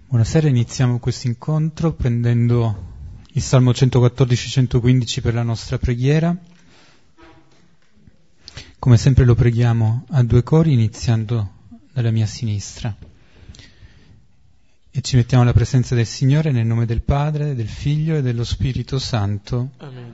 Buonasera, iniziamo questo incontro prendendo il Salmo 114-115 per la nostra preghiera. Come sempre lo preghiamo a due cori, iniziando dalla mia sinistra. E ci mettiamo alla presenza del Signore nel nome del Padre, del Figlio e dello Spirito Santo. Amen.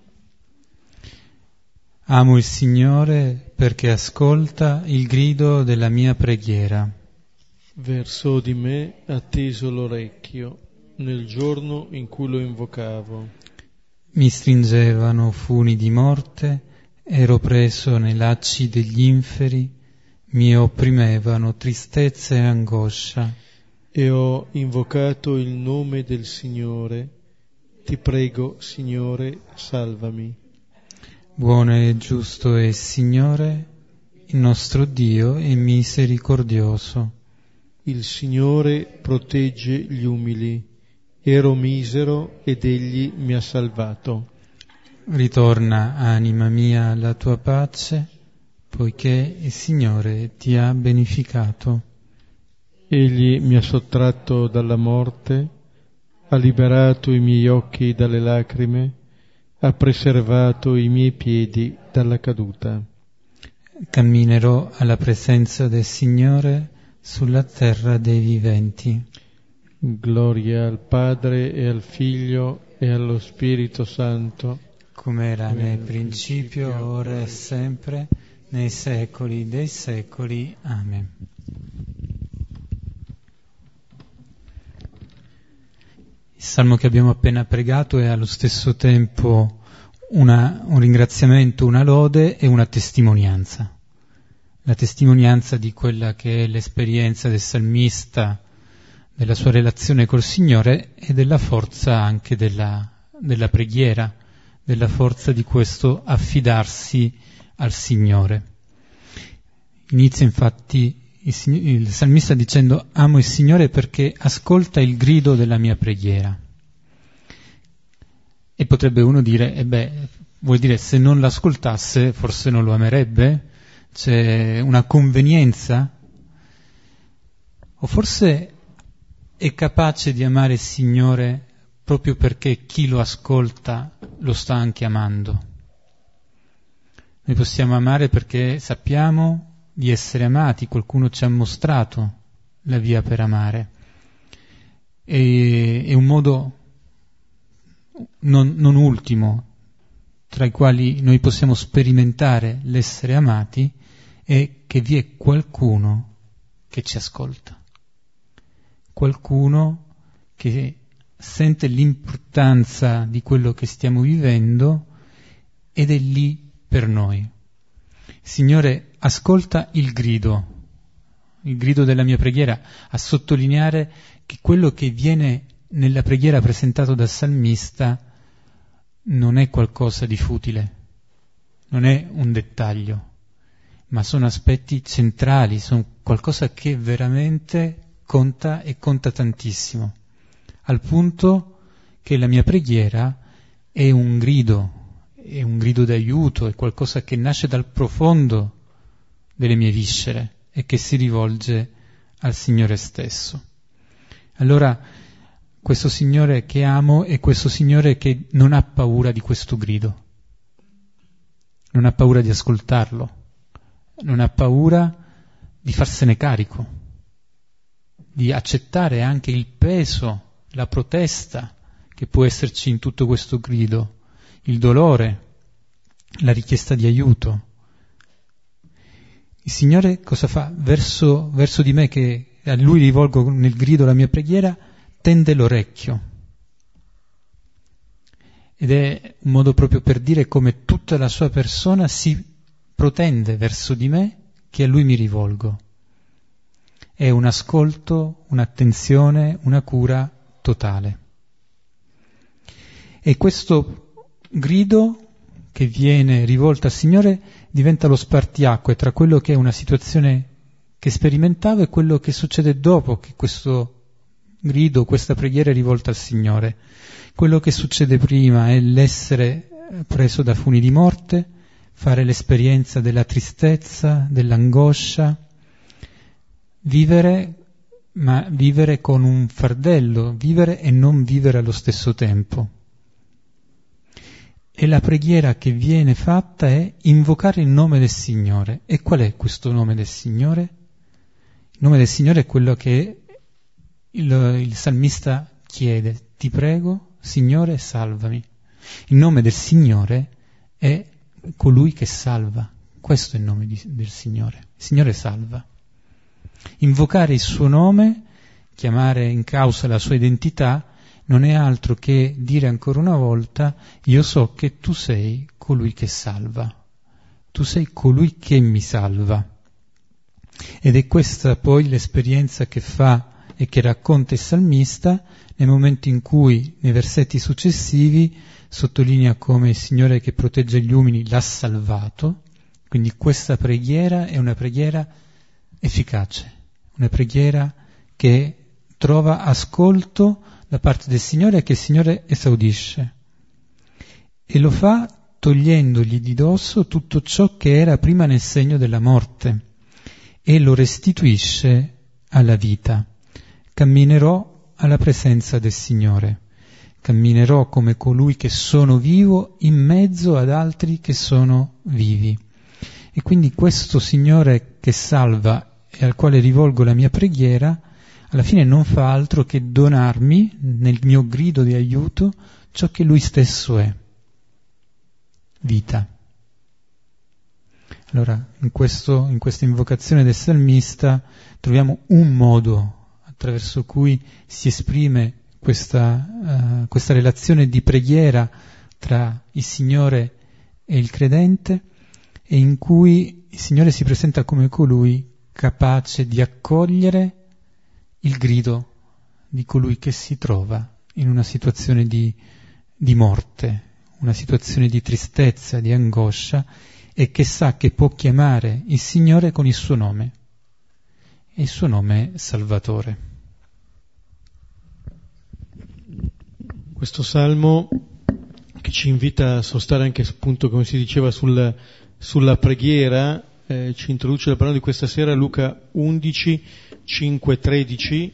Amo il Signore perché ascolta il grido della mia preghiera. Versò di me atteso l'orecchio nel giorno in cui lo invocavo. Mi stringevano funi di morte, ero preso nei lacci degli inferi, mi opprimevano tristezza e angoscia. E ho invocato il nome del Signore. Ti prego, Signore, salvami. Buono e giusto è il Signore, il nostro Dio è misericordioso. Il Signore protegge gli umili. Ero misero ed Egli mi ha salvato. Ritorna, anima mia, alla tua pace, poiché il Signore ti ha beneficato. Egli mi ha sottratto dalla morte, ha liberato i miei occhi dalle lacrime, ha preservato i miei piedi dalla caduta. Camminerò alla presenza del Signore sulla terra dei viventi. Gloria al Padre e al Figlio e allo Spirito Santo, come era nel principio, ora e sempre, nei secoli dei secoli. Amen. Il salmo che abbiamo appena pregato è allo stesso tempo un ringraziamento, una lode e una testimonianza. La testimonianza di quella che è l'esperienza del salmista, della sua relazione col Signore e della forza anche della preghiera, della forza di questo affidarsi al Signore. Inizia infatti il salmista dicendo: amo il Signore perché ascolta il grido della mia preghiera. E potrebbe uno dire, vuol dire se non l'ascoltasse forse non lo amerebbe? C'è una convenienza? O forse è capace di amare il Signore proprio perché chi lo ascolta lo sta anche amando? Noi possiamo amare perché sappiamo di essere amati, qualcuno ci ha mostrato la via per amare. È un modo non ultimo tra i quali noi possiamo sperimentare l'essere amati è che vi è qualcuno che ci ascolta, qualcuno che sente l'importanza di quello che stiamo vivendo ed è lì per noi. Il Signore ascolta il grido della mia preghiera, a sottolineare che quello che viene nella preghiera presentato dal salmista non è qualcosa di futile, non è un dettaglio, ma sono aspetti centrali, sono qualcosa che veramente conta e conta tantissimo, al punto che la mia preghiera è un grido d'aiuto, è qualcosa che nasce dal profondo delle mie viscere e che si rivolge al Signore stesso. Allora, questo Signore che amo è questo Signore che non ha paura di questo grido, non ha paura di ascoltarlo, non ha paura di farsene carico, di accettare anche il peso, la protesta che può esserci in tutto questo grido, il dolore, la richiesta di aiuto. Il Signore cosa fa? Verso di me, che a Lui rivolgo nel grido la mia preghiera, tende l'orecchio. Ed è un modo proprio per dire come tutta la sua persona si protende verso di me, che a Lui mi rivolgo. È un ascolto, un'attenzione, una cura totale. E questo grido che viene rivolto al Signore diventa lo spartiacque tra quello che è una situazione che sperimentavo e quello che succede dopo che questo grido, questa preghiera è rivolta al Signore. Quello che succede prima è l'essere preso da funi di morte, fare l'esperienza della tristezza, dell'angoscia, vivere ma vivere con un fardello, vivere e non vivere allo stesso tempo. E la preghiera che viene fatta è invocare il nome del Signore. E qual è questo nome del Signore? Il nome del Signore è quello che il salmista chiede: ti prego, Signore, salvami. Il nome del Signore è colui che salva. Questo è il nome del Signore. Il Signore salva. Invocare il suo nome, chiamare in causa la sua identità, non è altro che dire ancora una volta: io so che tu sei colui che salva. Tu sei colui che mi salva. Ed è questa poi l'esperienza che fa e che racconta il salmista nel momento in cui, nei versetti successivi, sottolinea come il Signore che protegge gli uomini l'ha salvato. Quindi questa preghiera è una preghiera efficace, una preghiera che trova ascolto da parte del Signore e che il Signore esaudisce. E lo fa togliendogli di dosso tutto ciò che era prima nel segno della morte e lo restituisce alla vita. Camminerò alla presenza del Signore. Camminerò come colui che sono vivo in mezzo ad altri che sono vivi. E quindi questo Signore che salva e al quale rivolgo la mia preghiera, alla fine non fa altro che donarmi, nel mio grido di aiuto, ciò che Lui stesso è: vita. Allora, in questa invocazione del salmista troviamo un modo attraverso cui si esprime questa relazione di preghiera tra il Signore e il credente, e in cui il Signore si presenta come colui capace di accogliere il grido di colui che si trova in una situazione di morte, una situazione di tristezza, di angoscia, e che sa che può chiamare il Signore con il suo nome, e il suo nome è Salvatore. Questo salmo che ci invita a sostare anche, appunto, come si diceva, sulla preghiera, ci introduce la parola di questa sera, Luca 11, 5, 13.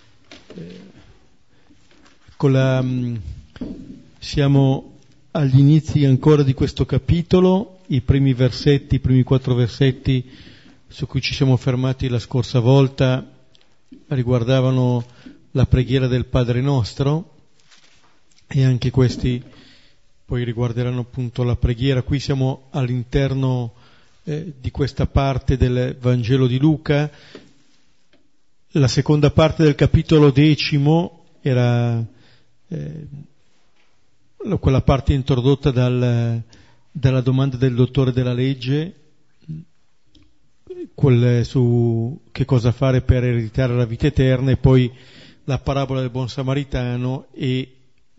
Siamo agli inizi ancora di questo capitolo. I primi 4 versetti su cui ci siamo fermati la scorsa volta riguardavano la preghiera del Padre Nostro, e anche questi poi riguarderanno appunto la preghiera. Qui siamo all'interno di questa parte del Vangelo di Luca. La seconda parte del capitolo 10 era quella parte introdotta dalla domanda del dottore della legge, su che cosa fare per ereditare la vita eterna, e poi la parabola del buon samaritano e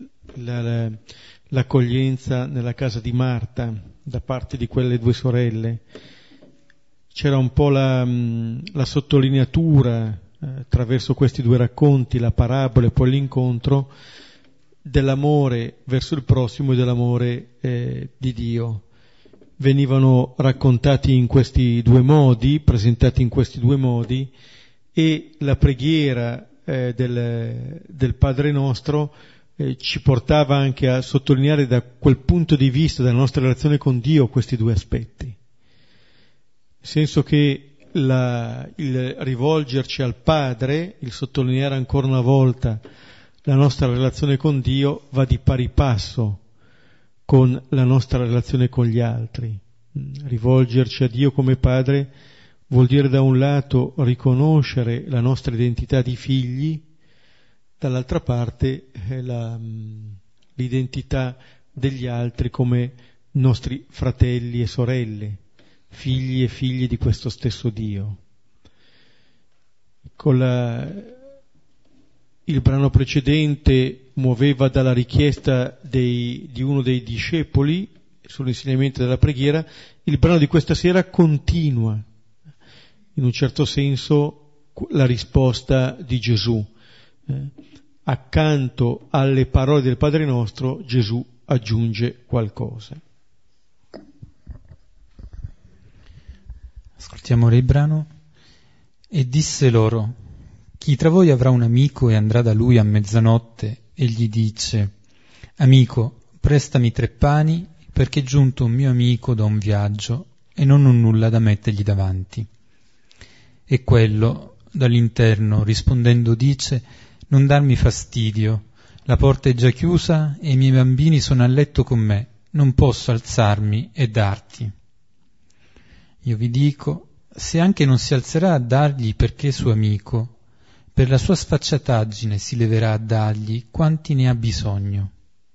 l'accoglienza nella casa di Marta da parte di quelle due sorelle. C'era un po' la sottolineatura attraverso questi due racconti, la parabola e poi l'incontro, dell'amore verso il prossimo e dell'amore di Dio. Venivano raccontati in questi due modi, presentati in questi due modi, e la preghiera del Padre Nostro ci portava anche a sottolineare da quel punto di vista della nostra relazione con Dio questi due aspetti. Nel senso che il rivolgerci al Padre, il sottolineare ancora una volta la nostra relazione con Dio, va di pari passo con la nostra relazione con gli altri. Rivolgerci a Dio come Padre vuol dire da un lato riconoscere la nostra identità di figli, dall'altra parte l'identità degli altri come nostri fratelli e sorelle, figli e figlie di questo stesso Dio. Il brano precedente muoveva dalla richiesta di uno dei discepoli sull'insegnamento della preghiera. Il brano di questa sera continua, in un certo senso, la risposta di Gesù. Accanto alle parole del Padre Nostro, Gesù aggiunge qualcosa. Ascoltiamo il brano. E disse loro: Chi tra voi avrà un amico e andrà da lui a mezzanotte e gli dice: amico, prestami 3 pani perché è giunto un mio amico da un viaggio e non ho nulla da mettergli davanti. E quello dall'interno rispondendo dice: non darmi fastidio, la porta è già chiusa e i miei bambini sono a letto con me, non posso alzarmi e darti. Io vi dico, se anche non si alzerà a dargli perché è suo amico, per la sua sfacciataggine si leverà a dargli quanti ne ha bisogno.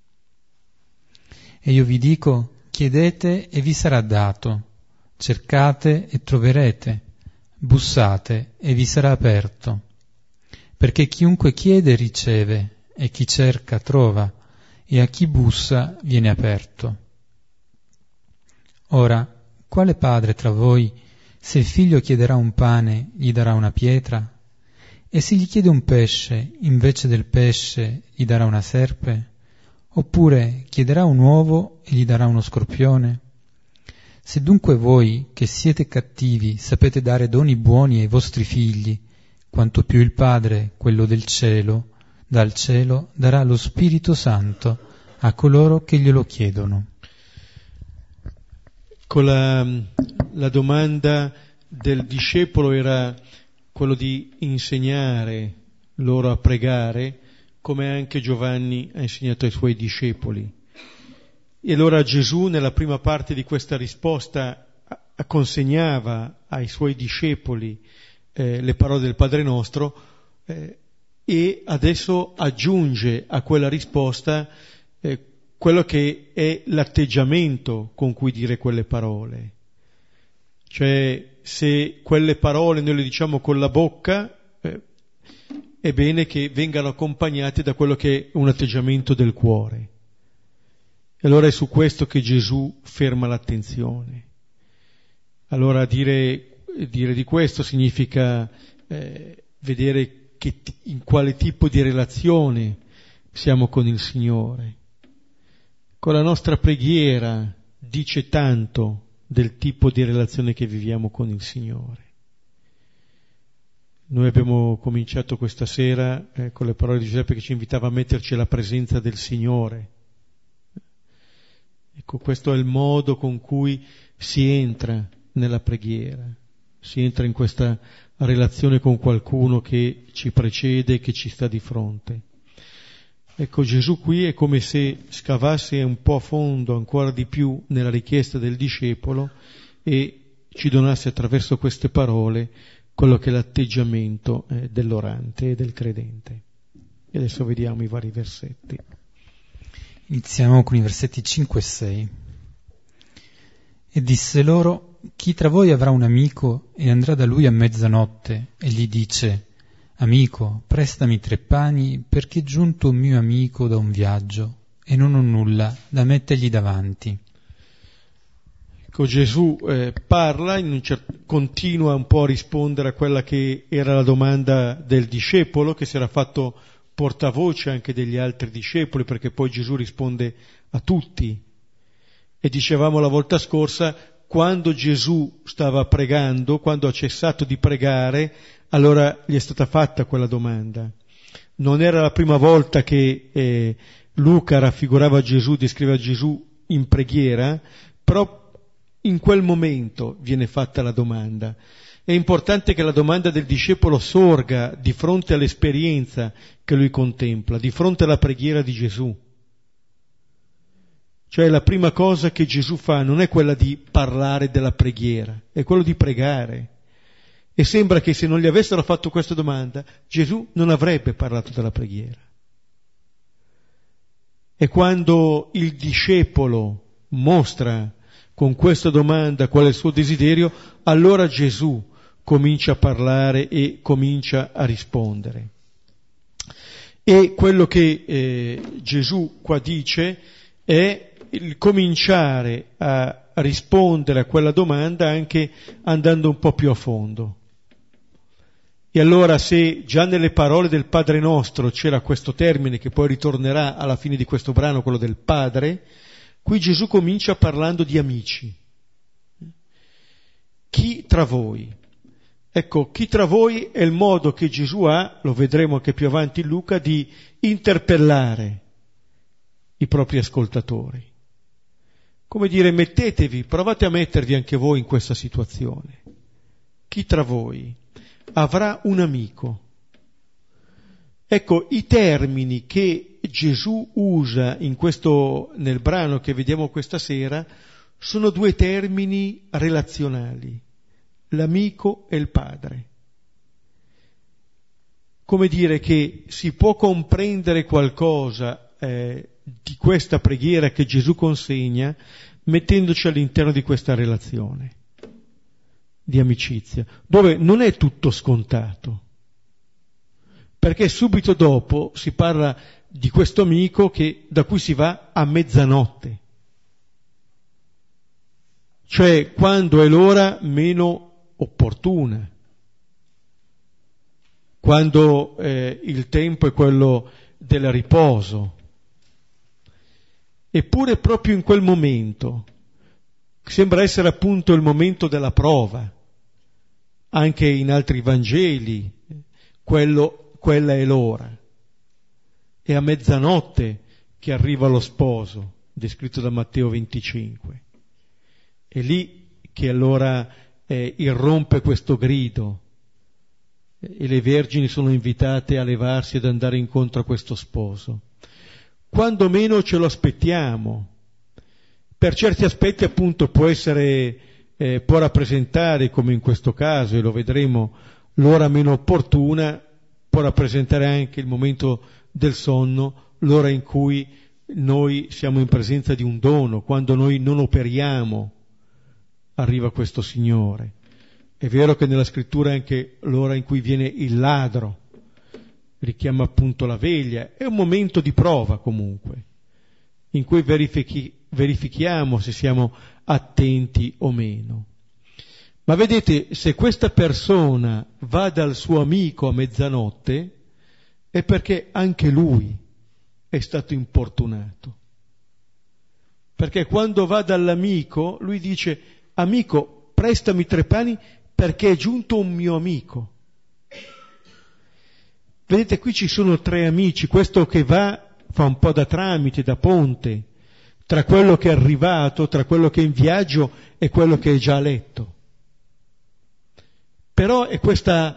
E io vi dico, chiedete e vi sarà dato, cercate e troverete, bussate e vi sarà aperto, perché chiunque chiede riceve, e chi cerca trova, e a chi bussa viene aperto. Ora, quale padre tra voi, se il figlio chiederà un pane, gli darà una pietra? E se gli chiede un pesce, invece del pesce gli darà una serpe? Oppure chiederà un uovo e gli darà uno scorpione? Se dunque voi, che siete cattivi, sapete dare doni buoni ai vostri figli, quanto più il Padre, quello del cielo, dal cielo darà lo Spirito Santo a coloro che glielo chiedono. Con la domanda del discepolo era quello di insegnare loro a pregare, come anche Giovanni ha insegnato ai suoi discepoli. E allora Gesù, nella prima parte di questa risposta, consegnava ai suoi discepoli le parole del Padre Nostro e adesso aggiunge a quella risposta quello che è l'atteggiamento con cui dire quelle parole. Cioè, se quelle parole noi le diciamo con la bocca, è bene che vengano accompagnate da quello che è un atteggiamento del cuore. E allora è su questo che Gesù ferma l'attenzione. Allora dire di questo significa vedere in quale tipo di relazione siamo con il Signore. Con la nostra preghiera dice tanto del tipo di relazione che viviamo con il Signore. Noi abbiamo cominciato questa sera con le parole di Giuseppe che ci invitava a metterci alla presenza del Signore. Ecco, questo è il modo con cui si entra nella preghiera, si entra in questa relazione con qualcuno che ci precede, che ci sta di fronte. Ecco, Gesù qui è come se scavasse un po' a fondo ancora di più nella richiesta del discepolo e ci donasse attraverso queste parole quello che è l'atteggiamento dell'orante e del credente. E adesso vediamo i vari versetti. Iniziamo con i versetti 5 e 6. E disse loro: chi tra voi avrà un amico e andrà da lui a mezzanotte e gli dice: amico, prestami 3 pani perché è giunto un mio amico da un viaggio e non ho nulla da mettergli davanti. Ecco, Gesù parla, continua un po' a rispondere a quella che era la domanda del discepolo, che si era fatto portavoce anche degli altri discepoli, perché poi Gesù risponde a tutti. E dicevamo la volta scorsa, quando Gesù stava pregando, quando ha cessato di pregare, allora gli è stata fatta quella domanda. Non era la prima volta che Luca raffigurava Gesù, descriveva Gesù in preghiera, però in quel momento viene fatta la domanda. È importante che la domanda del discepolo sorga di fronte all'esperienza che lui contempla, di fronte alla preghiera di Gesù. Cioè la prima cosa che Gesù fa non è quella di parlare della preghiera, è quello di pregare. E sembra che se non gli avessero fatto questa domanda, Gesù non avrebbe parlato della preghiera. E quando il discepolo mostra con questa domanda qual è il suo desiderio, allora Gesù comincia a parlare e comincia a rispondere. E quello che Gesù qua dice è il cominciare a rispondere a quella domanda anche andando un po' più a fondo. E allora se già nelle parole del Padre Nostro c'era questo termine che poi ritornerà alla fine di questo brano, quello del Padre, qui Gesù comincia parlando di amici. Chi tra voi? Ecco, chi tra voi è il modo che Gesù ha, lo vedremo anche più avanti in Luca, di interpellare i propri ascoltatori. Come dire, mettetevi, provate a mettervi anche voi in questa situazione. Chi tra voi avrà un amico? Ecco, i termini che Gesù usa nel brano che vediamo questa sera sono due termini relazionali, l'amico e il padre. Come dire che si può comprendere qualcosa di questa preghiera che Gesù consegna mettendoci all'interno di questa relazione di amicizia, dove non è tutto scontato, perché subito dopo si parla di questo amico da cui si va a mezzanotte, cioè quando è l'ora meno opportuna, quando il tempo è quello del riposo. Eppure proprio in quel momento, sembra essere appunto il momento della prova, anche in altri Vangeli, quella è l'ora. È a mezzanotte che arriva lo sposo, descritto da Matteo 25. È lì che allora irrompe questo grido e le vergini sono invitate a levarsi ed andare incontro a questo sposo. Quando meno ce lo aspettiamo. Per certi aspetti appunto può rappresentare, come in questo caso, e lo vedremo, l'ora meno opportuna, può rappresentare anche il momento del sonno, l'ora in cui noi siamo in presenza di un dono, quando noi non operiamo, arriva questo Signore. È vero che nella scrittura è anche l'ora in cui viene il ladro, richiama appunto la veglia, è un momento di prova comunque, in cui verifichiamo se siamo attenti o meno. Ma vedete, se questa persona va dal suo amico a mezzanotte, è perché anche lui è stato importunato. Perché quando va dall'amico, lui dice: amico, prestami 3 pani perché è giunto un mio amico. Vedete, qui ci sono 3 amici, questo che va fa un po' da tramite, da ponte, tra quello che è arrivato, tra quello che è in viaggio e quello che è già a letto. Però è questa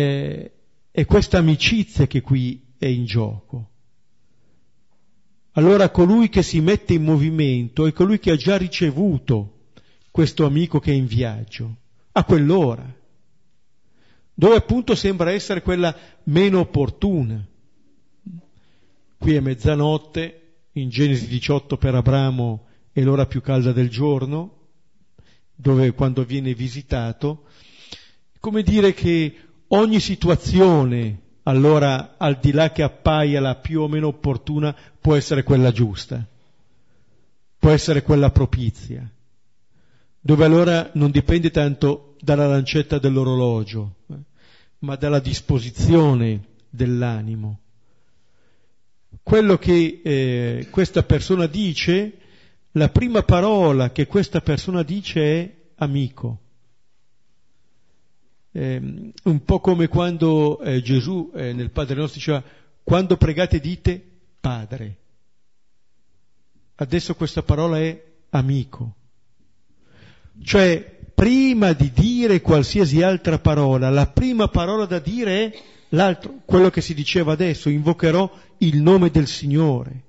amicizia che qui è in gioco. Allora colui che si mette in movimento è colui che ha già ricevuto questo amico che è in viaggio, a quell'ora, dove appunto sembra essere quella meno opportuna. Qui è mezzanotte, in Genesi 18 per Abramo è l'ora più calda del giorno, dove quando viene visitato, come dire che ogni situazione, allora al di là che appaia la più o meno opportuna, può essere quella giusta, può essere quella propizia, dove allora non dipende tanto dalla lancetta dell'orologio, ma dalla disposizione dell'animo. Quello che questa persona dice, la prima parola che questa persona dice è amico. Un po' come quando Gesù nel Padre Nostro diceva: quando pregate dite Padre. Adesso questa parola è amico. Cioè, prima di dire qualsiasi altra parola, la prima parola da dire è l'altro, quello che si diceva adesso: invocherò il nome del Signore.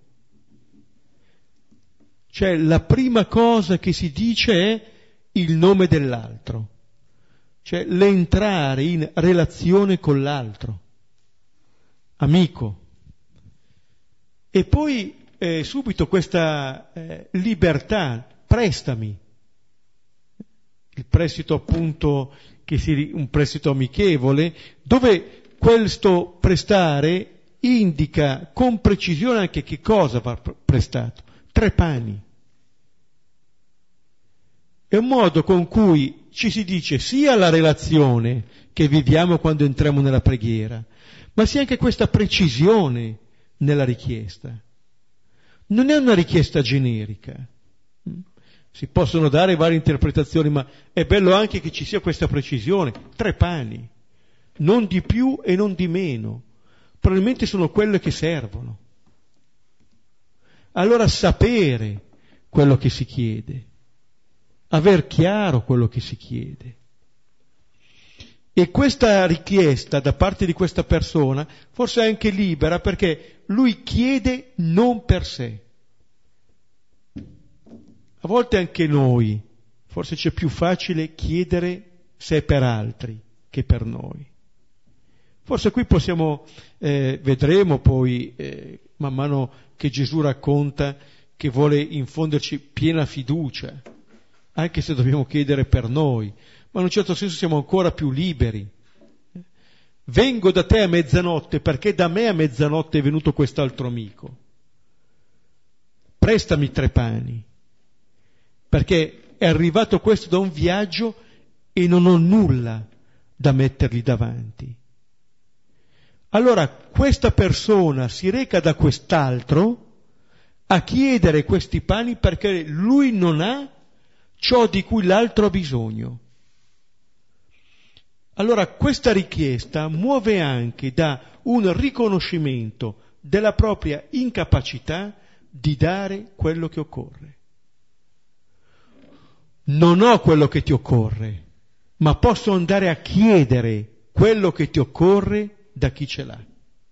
Cioè, la prima cosa che si dice è il nome dell'altro, cioè l'entrare in relazione con l'altro, amico. E poi subito questa libertà, prestami. Il prestito appunto un prestito amichevole, dove questo prestare indica con precisione anche che cosa va prestato. 3 pani. È un modo con cui ci si dice sia la relazione che viviamo quando entriamo nella preghiera, ma sia anche questa precisione nella richiesta. Non è una richiesta generica, Si possono dare varie interpretazioni, ma è bello anche che ci sia questa precisione. 3 pani, non di più e non di meno. Probabilmente sono quelle che servono. Allora sapere quello che si chiede, aver chiaro quello che si chiede. E questa richiesta da parte di questa persona forse è anche libera, perché lui chiede non per sé. A volte anche noi, forse c'è più facile chiedere se è per altri che per noi. Forse qui possiamo, vedremo poi, man mano che Gesù racconta che vuole infonderci piena fiducia, anche se dobbiamo chiedere per noi, ma in un certo senso siamo ancora più liberi. Vengo da te a mezzanotte perché da me a mezzanotte è venuto quest'altro amico. Prestami 3 pani, perché è arrivato questo da un viaggio e non ho nulla da mettergli davanti. Allora questa persona si reca da quest'altro a chiedere questi pani perché lui non ha ciò di cui l'altro ha bisogno. Allora questa richiesta muove anche da un riconoscimento della propria incapacità di dare quello che occorre. Non ho quello che ti occorre, ma posso andare a chiedere quello che ti occorre da chi ce l'ha.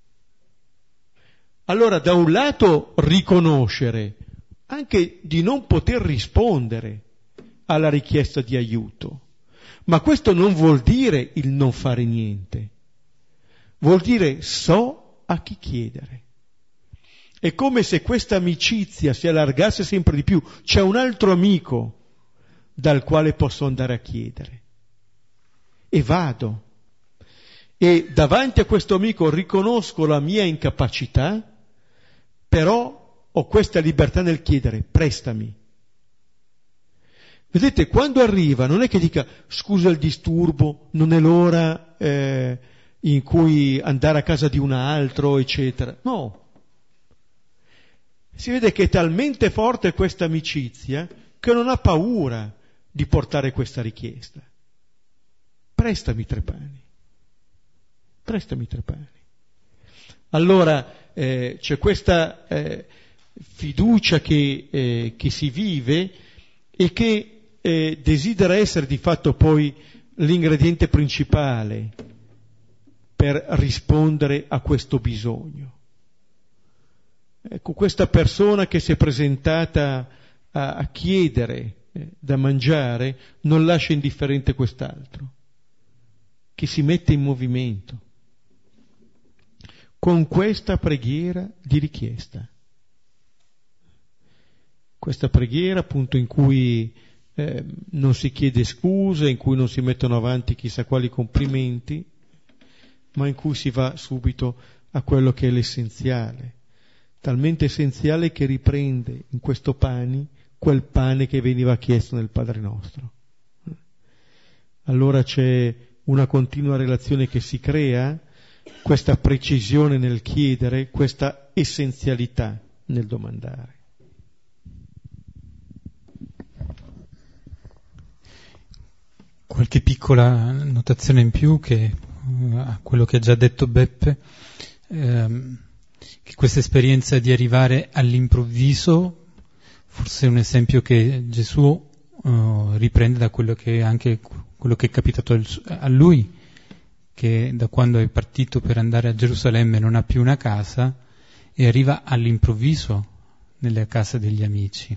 Allora da un lato riconoscere anche di non poter rispondere alla richiesta di aiuto, ma questo non vuol dire il non fare niente, vuol dire so a chi chiedere. È come se questa amicizia si allargasse sempre di più, c'è un altro amico dal quale posso andare a chiedere e vado. E davanti a questo amico riconosco la mia incapacità, però ho questa libertà nel chiedere, prestami. Vedete, quando arriva non è che dica scusa il disturbo, non è l'ora in cui andare a casa di un altro, eccetera. No. Si vede che è talmente forte questa amicizia che non ha paura di portare questa richiesta. Prestami 3 pani. Prestami 3 pani. Allora c'è questa fiducia che si vive e che desidera essere di fatto poi l'ingrediente principale per rispondere a questo bisogno. Ecco, questa persona che si è presentata a chiedere da mangiare non lascia indifferente quest'altro, che si mette in movimento con questa preghiera di richiesta. Questa preghiera appunto in cui non si chiede scuse, in cui non si mettono avanti chissà quali complimenti, ma in cui si va subito a quello che è l'essenziale, talmente essenziale che riprende in questo pane quel pane che veniva chiesto nel Padre nostro. Allora c'è una continua relazione che si crea, questa precisione nel chiedere, questa essenzialità nel domandare. Qualche piccola notazione in più a quello che ha già detto Beppe, che questa esperienza di arrivare all'improvviso, forse è un esempio che Gesù riprende da quello che è anche quello che è capitato a lui, che da quando è partito per andare a Gerusalemme non ha più una casa e arriva all'improvviso nella casa degli amici.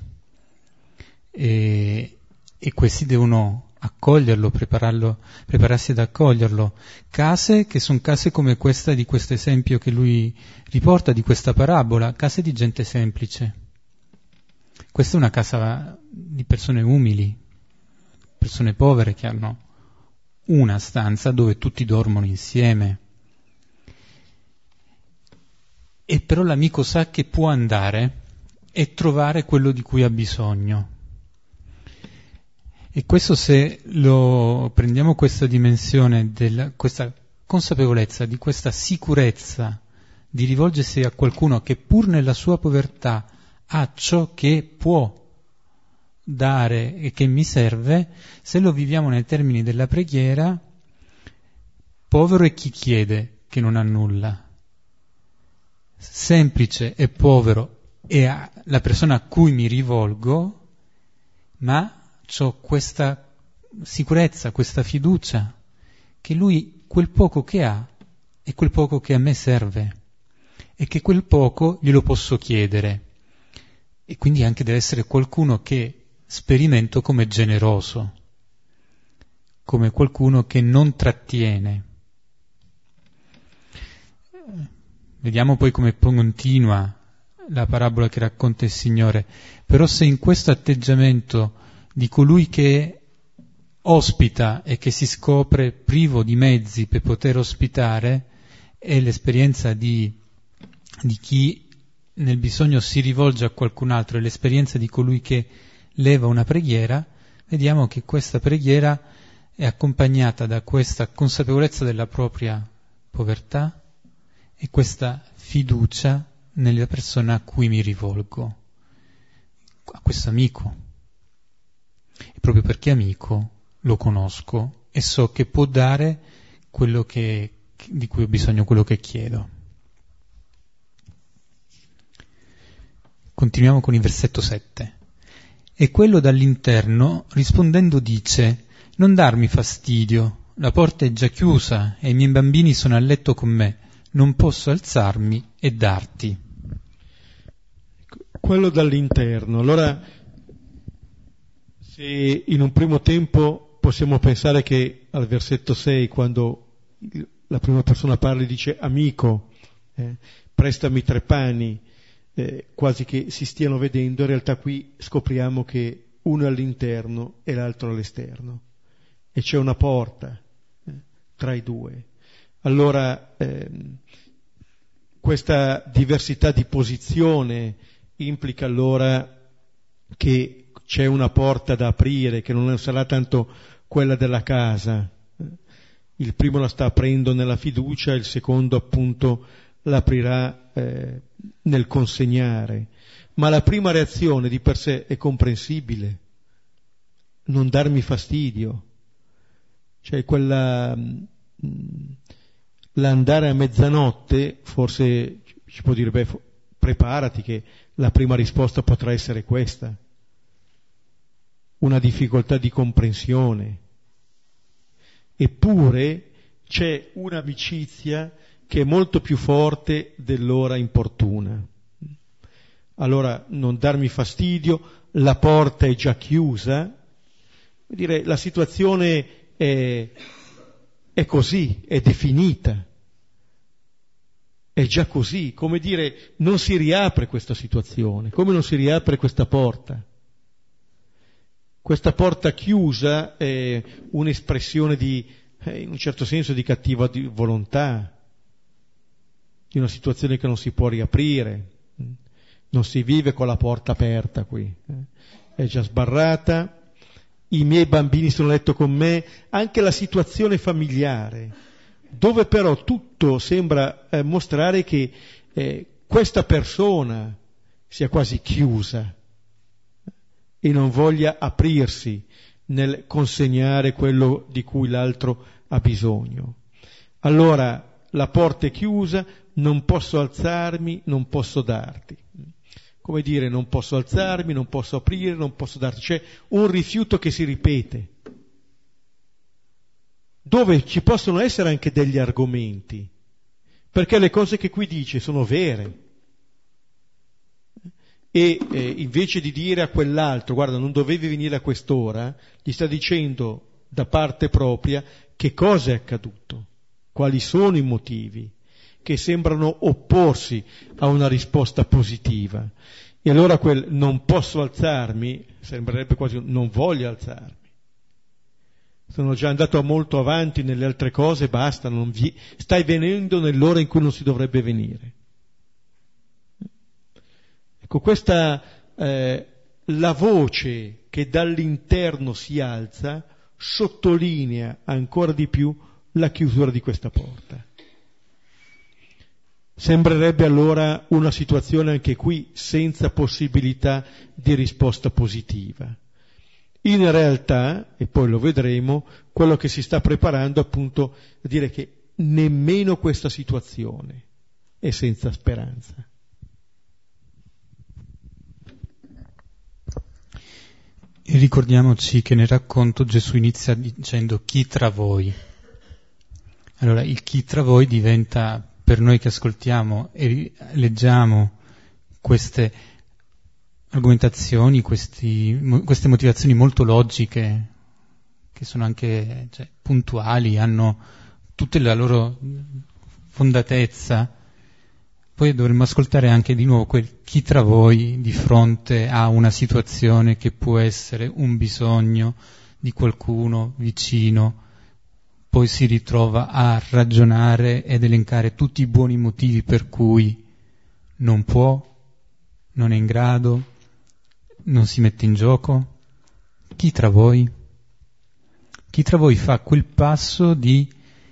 E questi devono accoglierlo, prepararsi ad accoglierlo. Case che sono case come questa di questo esempio che lui riporta, di questa parabola, case di gente semplice. Questa è una casa di persone umili, persone povere che hanno una stanza dove tutti dormono insieme. E però l'amico sa che può andare e trovare quello di cui ha bisogno. E questo, se lo prendiamo questa dimensione, questa consapevolezza, di questa sicurezza di rivolgersi a qualcuno che pur nella sua povertà ha ciò che può dare e che mi serve, se lo viviamo nei termini della preghiera, povero è chi chiede che non ha nulla. Semplice e povero è la persona a cui mi rivolgo, ma ho questa sicurezza, questa fiducia, che lui quel poco che ha è quel poco che a me serve e che quel poco glielo posso chiedere. E quindi anche deve essere qualcuno che sperimento come generoso, come qualcuno che non trattiene. Vediamo poi come continua la parabola che racconta il Signore. Però se in questo atteggiamento di colui che ospita e che si scopre privo di mezzi per poter ospitare è l'esperienza di chi nel bisogno si rivolge a qualcun altro, è l'esperienza di colui che leva una preghiera, vediamo che questa preghiera è accompagnata da questa consapevolezza della propria povertà e questa fiducia nella persona a cui mi rivolgo, a questo amico. E proprio perché amico lo conosco e so che può dare quello di cui ho bisogno, quello che chiedo. Continuiamo con il versetto 7. E quello dall'interno, rispondendo, dice: non darmi fastidio, la porta è già chiusa e i miei bambini sono a letto con me, non posso alzarmi e darti. Quello dall'interno. Allora, se in un primo tempo possiamo pensare che al versetto 6, quando la prima persona parla e dice amico, prestami 3 pani, quasi che si stiano vedendo, in realtà qui scopriamo che uno è all'interno e l'altro all'esterno e c'è una porta tra i due. Allora questa diversità di posizione implica allora che c'è una porta da aprire, che non sarà tanto quella della casa. Il primo la sta aprendo nella fiducia, il secondo appunto l'aprirà nel consegnare, ma la prima reazione di per sé è comprensibile: non darmi fastidio, cioè quella l'andare a mezzanotte, forse ci può dire preparati che la prima risposta potrà essere questa, una difficoltà di comprensione. Eppure c'è un'amicizia che è molto più forte dell'ora importuna. Allora, non darmi fastidio, la porta è già chiusa, vuol dire, la situazione è così, è definita, è già così, come dire, non si riapre questa situazione, come non si riapre questa porta. Questa porta chiusa è un'espressione in un certo senso di cattiva volontà, di una situazione che non si può riaprire, non si vive con la porta aperta qui, è già sbarrata, i miei bambini sono a letto con me, anche la situazione familiare, dove però tutto sembra mostrare che questa persona sia quasi chiusa e non voglia aprirsi nel consegnare quello di cui l'altro ha bisogno. Allora la porta è chiusa, non posso alzarmi, non posso darti. Come dire, non posso alzarmi, non posso aprire, non posso darti. C'è un rifiuto che si ripete, dove ci possono essere anche degli argomenti, perché le cose che qui dice sono vere. E invece di dire a quell'altro, guarda, non dovevi venire a quest'ora, gli sta dicendo da parte propria che cosa è accaduto, quali sono i motivi che sembrano opporsi a una risposta positiva. E allora quel non posso alzarmi sembrerebbe quasi non voglio alzarmi. Sono già andato molto avanti nelle altre cose, basta, stai venendo nell'ora in cui non si dovrebbe venire. Ecco, questa la voce che dall'interno si alza sottolinea ancora di più la chiusura di questa porta. Sembrerebbe allora una situazione anche qui senza possibilità di risposta positiva. In realtà, e poi lo vedremo, quello che si sta preparando appunto a dire che nemmeno questa situazione è senza speranza. E ricordiamoci che nel racconto Gesù inizia dicendo chi tra voi. Allora il chi tra voi diventa, per noi che ascoltiamo e leggiamo queste argomentazioni, queste motivazioni molto logiche, che sono anche puntuali, hanno tutta la loro fondatezza, poi dovremmo ascoltare anche di nuovo quel chi tra voi di fronte a una situazione che può essere un bisogno di qualcuno vicino, poi si ritrova a ragionare ed elencare tutti i buoni motivi per cui non può, non è in grado, non si mette in gioco. Chi tra voi? Chi tra voi fa quel passo di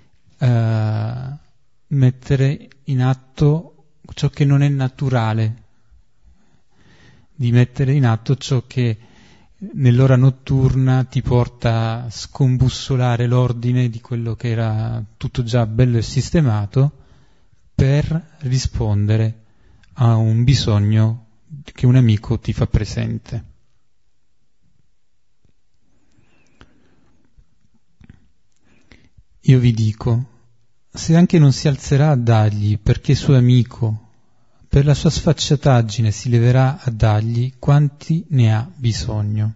mettere in atto ciò che non è naturale, di mettere in atto ciò che nell'ora notturna ti porta a scombussolare l'ordine di quello che era tutto già bello e sistemato per rispondere a un bisogno che un amico ti fa presente. Io vi dico, se anche non si alzerà a dargli perché suo amico, per la sua sfacciataggine si leverà a dargli quanti ne ha bisogno.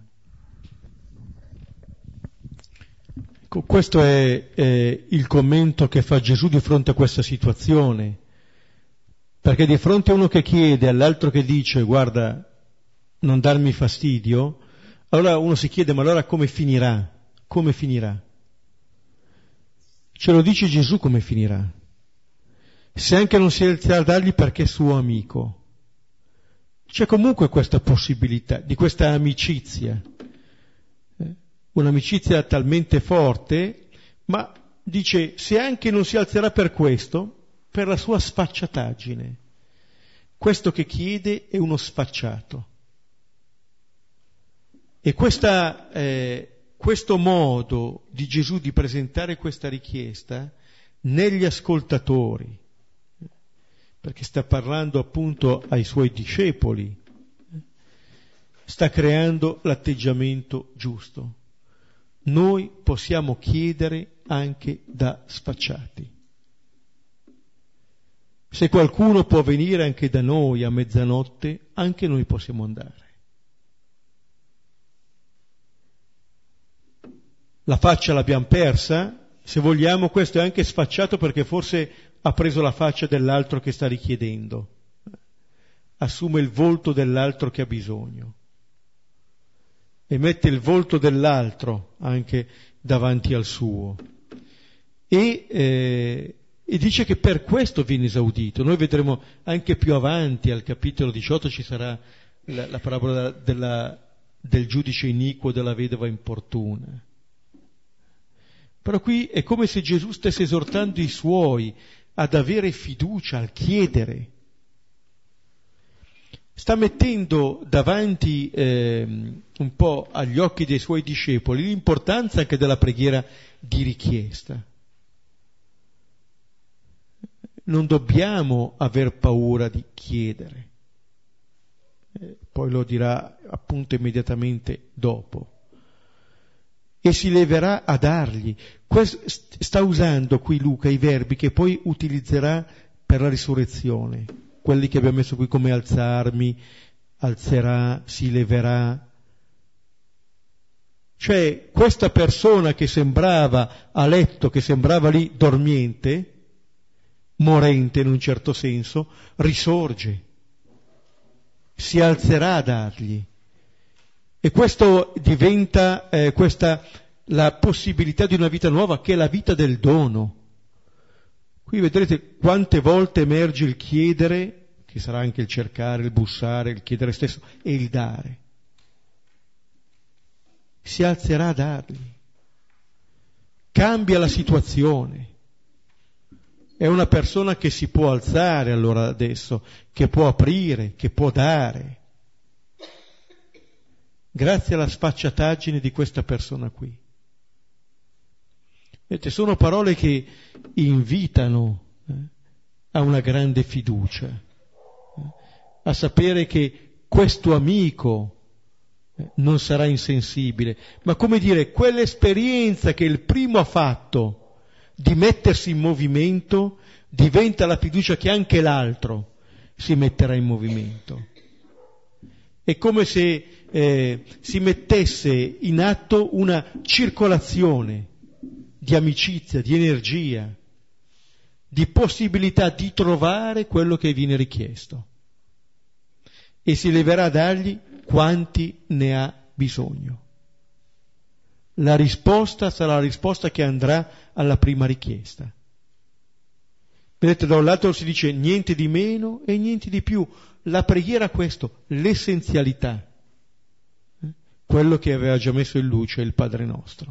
Questo è il commento che fa Gesù di fronte a questa situazione, perché di fronte a uno che chiede, all'altro che dice guarda non darmi fastidio, allora uno si chiede ma allora come finirà? Come finirà? Ce lo dice Gesù come finirà. Se anche non si alzerà a dargli perché è suo amico. C'è comunque questa possibilità di questa amicizia, un'amicizia talmente forte, ma dice se anche non si alzerà per questo, per la sua sfacciataggine. Questo che chiede è uno sfacciato. E questo modo di Gesù di presentare questa richiesta negli ascoltatori, perché sta parlando appunto ai suoi discepoli, sta creando l'atteggiamento giusto. Noi possiamo chiedere anche da sfacciati. Se qualcuno può venire anche da noi a mezzanotte, anche noi possiamo andare. La faccia l'abbiamo persa, se vogliamo questo è anche sfacciato perché forse ha preso la faccia dell'altro che sta richiedendo, assume il volto dell'altro che ha bisogno e mette il volto dell'altro anche davanti al suo e dice che per questo viene esaudito. Noi vedremo anche più avanti al capitolo 18 ci sarà la parabola del giudice iniquo, della vedova importuna. Però qui è come se Gesù stesse esortando i suoi ad avere fiducia, al chiedere. Sta mettendo davanti un po' agli occhi dei suoi discepoli l'importanza anche della preghiera di richiesta. Non dobbiamo aver paura di chiedere. Poi lo dirà appunto immediatamente dopo. E si leverà a dargli. Sta usando qui Luca i verbi che poi utilizzerà per la risurrezione, quelli che abbiamo messo qui come alzarmi, alzerà, si leverà. Cioè questa persona che sembrava a letto, che sembrava lì dormiente, morente in un certo senso, risorge, si alzerà a dargli. E questo diventa la possibilità di una vita nuova, che è la vita del dono. Qui vedrete quante volte emerge il chiedere, che sarà anche il cercare, il bussare, il chiedere stesso, e il dare. Si alzerà a dargli. Cambia la situazione. È una persona che si può alzare allora adesso, che può aprire, che può dare. grazie alla sfacciataggine di questa persona qui. Vedete, sono parole che invitano a una grande fiducia, a sapere che questo amico non sarà insensibile, ma come dire, quell'esperienza che il primo ha fatto di mettersi in movimento diventa la fiducia che anche l'altro si metterà in movimento. È come se si mettesse in atto una circolazione di amicizia, di energia, di possibilità di trovare quello che viene richiesto, e si leverà a dargli quanti ne ha bisogno. La risposta sarà la risposta che andrà alla prima richiesta. Vedete, da un lato si dice niente di meno e niente di più. La preghiera è questo, l'essenzialità, quello che aveva già messo in luce il Padre nostro.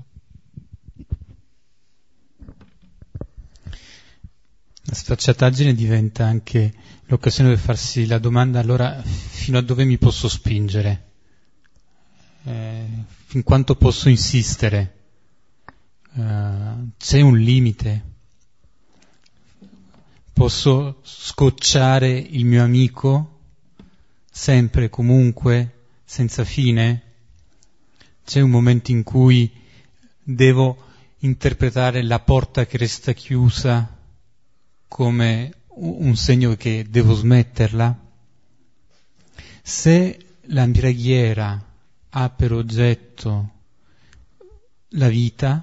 La sfacciataggine diventa anche l'occasione per farsi la domanda: allora fino a dove mi posso spingere? Fin quanto posso insistere? C'è un limite? Posso scocciare il mio amico sempre, comunque, senza fine? C'è un momento in cui devo interpretare la porta che resta chiusa come un segno che devo smetterla? Se la preghiera ha per oggetto la vita,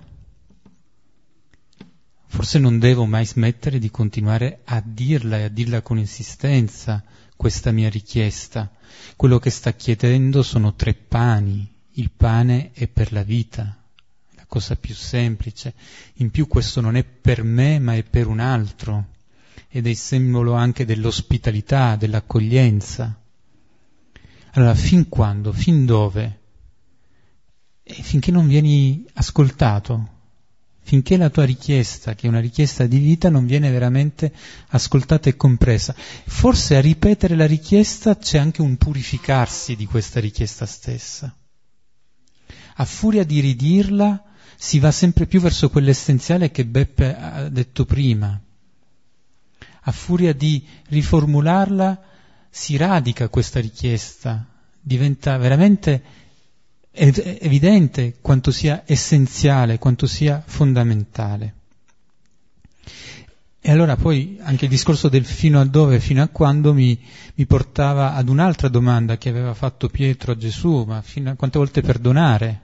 forse non devo mai smettere di continuare a dirla e a dirla con insistenza questa mia richiesta. Quello che sta chiedendo sono 3 pani, il pane è per la vita, la cosa più semplice. In più questo non è per me ma è per un altro, ed è il simbolo anche dell'ospitalità, dell'accoglienza. Allora, fin quando, fin dove? E finché non vieni ascoltato, finché la tua richiesta, che è una richiesta di vita, non viene veramente ascoltata e compresa. Forse a ripetere la richiesta c'è anche un purificarsi di questa richiesta stessa. A furia di ridirla si va sempre più verso quell'essenziale che Beppe ha detto prima. A furia di riformularla si radica questa richiesta, diventa veramente evidente quanto sia essenziale, quanto sia fondamentale. E allora poi anche il discorso del fino a dove, fino a quando mi portava ad un'altra domanda che aveva fatto Pietro a Gesù: ma fino a quante volte perdonare?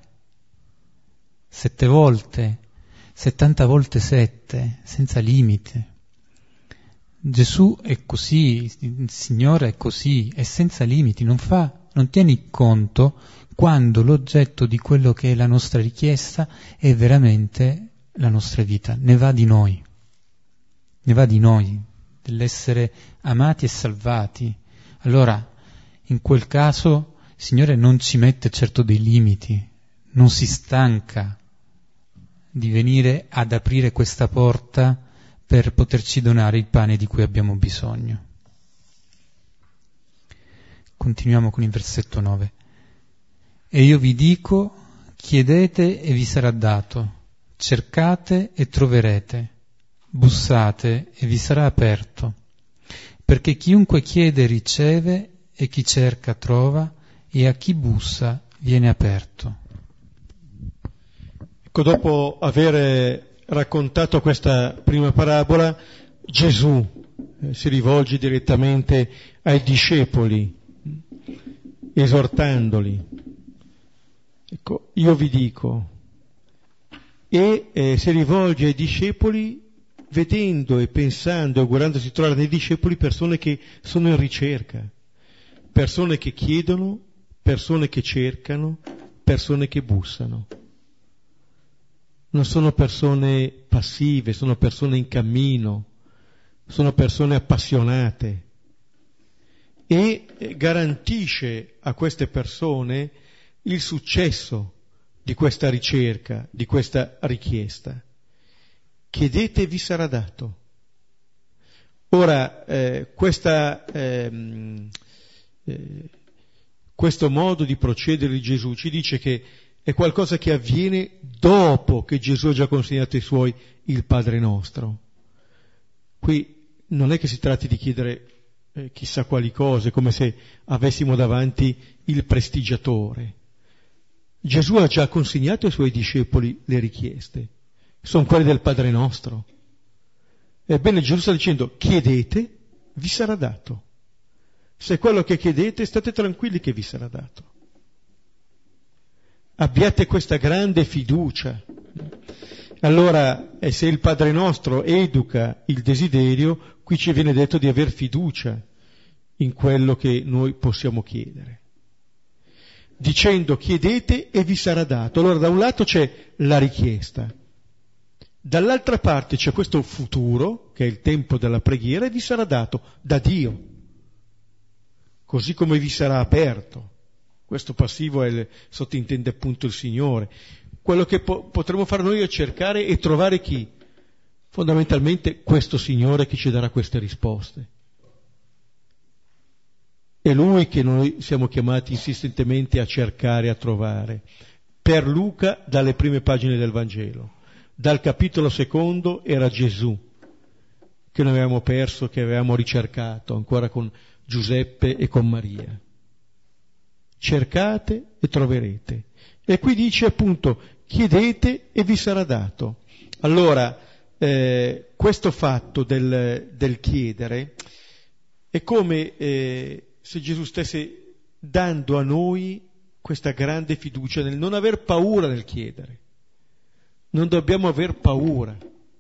7 volte, 70 volte 7, senza limite. Gesù è così, il Signore è così, è senza limiti, non tieni conto quando l'oggetto di quello che è la nostra richiesta è veramente la nostra vita, ne va di noi, dell'essere amati e salvati. Allora, in quel caso, il Signore non ci mette certo dei limiti, non si stanca di venire ad aprire questa porta per poterci donare il pane di cui abbiamo bisogno. Continuiamo con il versetto 9. E io vi dico, chiedete e vi sarà dato, cercate e troverete, bussate e vi sarà aperto, perché chiunque chiede riceve, e chi cerca trova, e a chi bussa viene aperto. Ecco, dopo aver raccontato questa prima parabola, Gesù si rivolge direttamente ai discepoli, esortandoli. Ecco, io vi dico, e si rivolge ai discepoli vedendo e pensando, augurandosi di trovare nei discepoli persone che sono in ricerca, persone che chiedono, persone che cercano, persone che bussano. Non sono persone passive, sono persone in cammino, sono persone appassionate, e garantisce a queste persone il successo di questa ricerca, di questa richiesta. Chiedete e vi sarà dato. Ora, questo questo modo di procedere di Gesù ci dice che è qualcosa che avviene dopo che Gesù ha già consegnato ai suoi il Padre nostro. Qui non è che si tratti di chiedere chissà quali cose, come se avessimo davanti il prestigiatore. Gesù ha già consegnato ai suoi discepoli le richieste, sono quelle del Padre nostro. Ebbene, Gesù sta dicendo: chiedete, vi sarà dato. Se quello che chiedete, state tranquilli che vi sarà dato. Abbiate questa grande fiducia. Allora, se il Padre nostro educa il desiderio, qui ci viene detto di aver fiducia in quello che noi possiamo chiedere. Dicendo: chiedete e vi sarà dato. Allora, da un lato c'è la richiesta, dall'altra parte c'è questo futuro, che è il tempo della preghiera, e vi sarà dato da Dio, così come vi sarà aperto. Questo passivo sottintende appunto il Signore. Quello che potremo fare noi è cercare e trovare chi? Fondamentalmente questo Signore che ci darà queste risposte. È Lui che noi siamo chiamati insistentemente a cercare e a trovare. Per Luca, dalle prime pagine del Vangelo. Dal capitolo 2 era Gesù, che noi avevamo perso, che avevamo ricercato, ancora con Giuseppe e con Maria. Cercate e troverete. E qui dice appunto: chiedete e vi sarà dato. Allora, questo fatto del chiedere è come se Gesù stesse dando a noi questa grande fiducia nel non aver paura del chiedere. Non dobbiamo aver paura.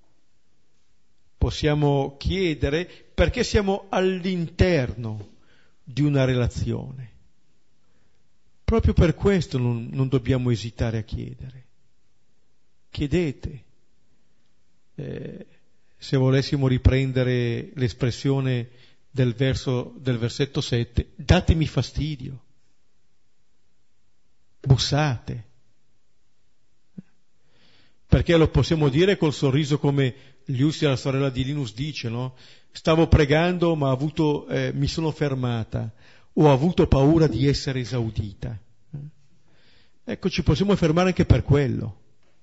Possiamo chiedere perché siamo all'interno di una relazione. Proprio per questo non dobbiamo esitare a chiedere. Chiedete. Se volessimo riprendere l'espressione del versetto 7, datemi fastidio. Bussate. Perché lo possiamo dire col sorriso, come Lucia, la sorella di Linus, dice, no? Stavo pregando ma mi sono fermata, ho avuto paura di essere esaudita. Ecco, ci possiamo fermare anche per quello.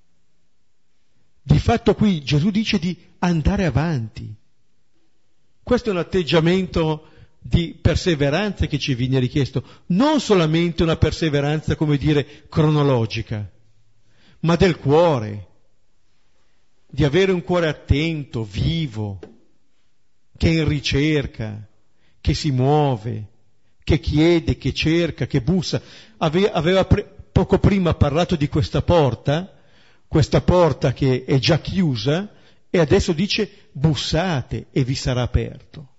Di fatto qui Gesù dice di andare avanti. Questo è un atteggiamento di perseveranza che ci viene richiesto, non solamente una perseveranza, come dire, cronologica, ma del cuore, di avere un cuore attento, vivo, che è in ricerca, che si muove, che chiede, che cerca, che bussa. Aveva poco prima parlato di questa porta che è già chiusa, e adesso dice: bussate e vi sarà aperto.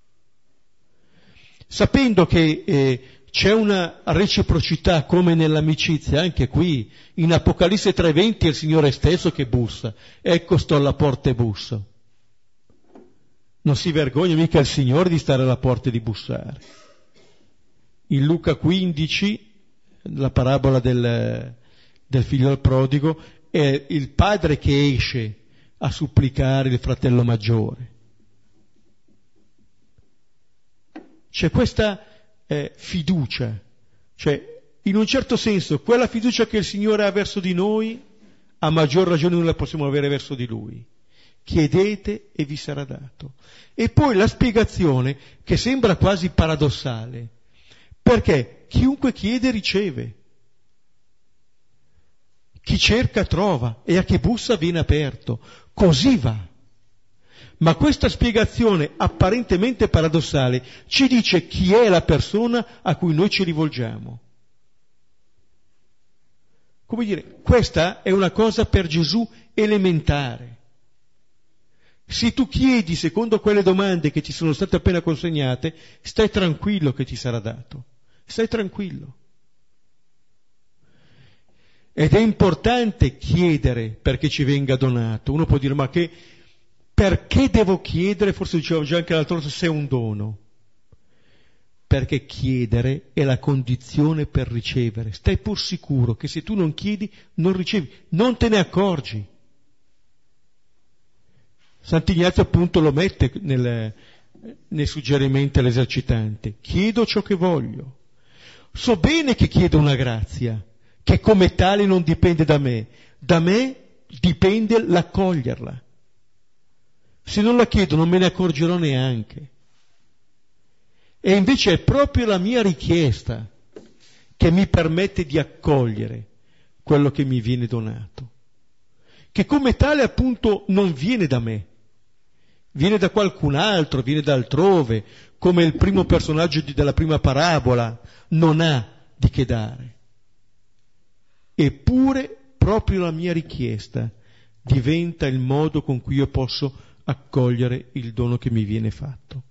Sapendo che c'è una reciprocità come nell'amicizia, anche qui in Apocalisse 3:20 è il Signore stesso che bussa. Ecco, sto alla porta e busso. Non si vergogna mica il Signore di stare alla porta e di bussare. In Luca 15, la parabola del figlio prodigo, è il padre che esce a supplicare il fratello maggiore. C'è questa fiducia, cioè in un certo senso quella fiducia che il Signore ha verso di noi, a maggior ragione noi la possiamo avere verso di Lui. Chiedete e vi sarà dato. E poi la spiegazione, che sembra quasi paradossale, perché chiunque chiede riceve, chi cerca trova, e a chi bussa viene aperto. Così va. Ma questa spiegazione apparentemente paradossale ci dice chi è la persona a cui noi ci rivolgiamo. Come dire, questa è una cosa per Gesù elementare. Se tu chiedi secondo quelle domande che ti sono state appena consegnate, stai tranquillo che ti sarà dato. Stai tranquillo. Ed è importante chiedere perché ci venga donato. Uno può dire: ma perché devo chiedere? Forse dicevo già anche l'altro volta, se è un dono. Perché chiedere è la condizione per ricevere. Stai pur sicuro che se tu non chiedi, non ricevi, non te ne accorgi. Sant'Ignazio appunto lo mette nei suggerimenti all'esercitante: chiedo ciò che voglio. So bene che chiedo una grazia, che come tale non dipende da me dipende l'accoglierla. Se non la chiedo non me ne accorgerò neanche. E invece è proprio la mia richiesta che mi permette di accogliere quello che mi viene donato, che come tale appunto non viene da me, viene da qualcun altro, viene da altrove, come il primo personaggio della prima parabola non ha di che dare. Eppure proprio la mia richiesta diventa il modo con cui io posso accogliere il dono che mi viene fatto.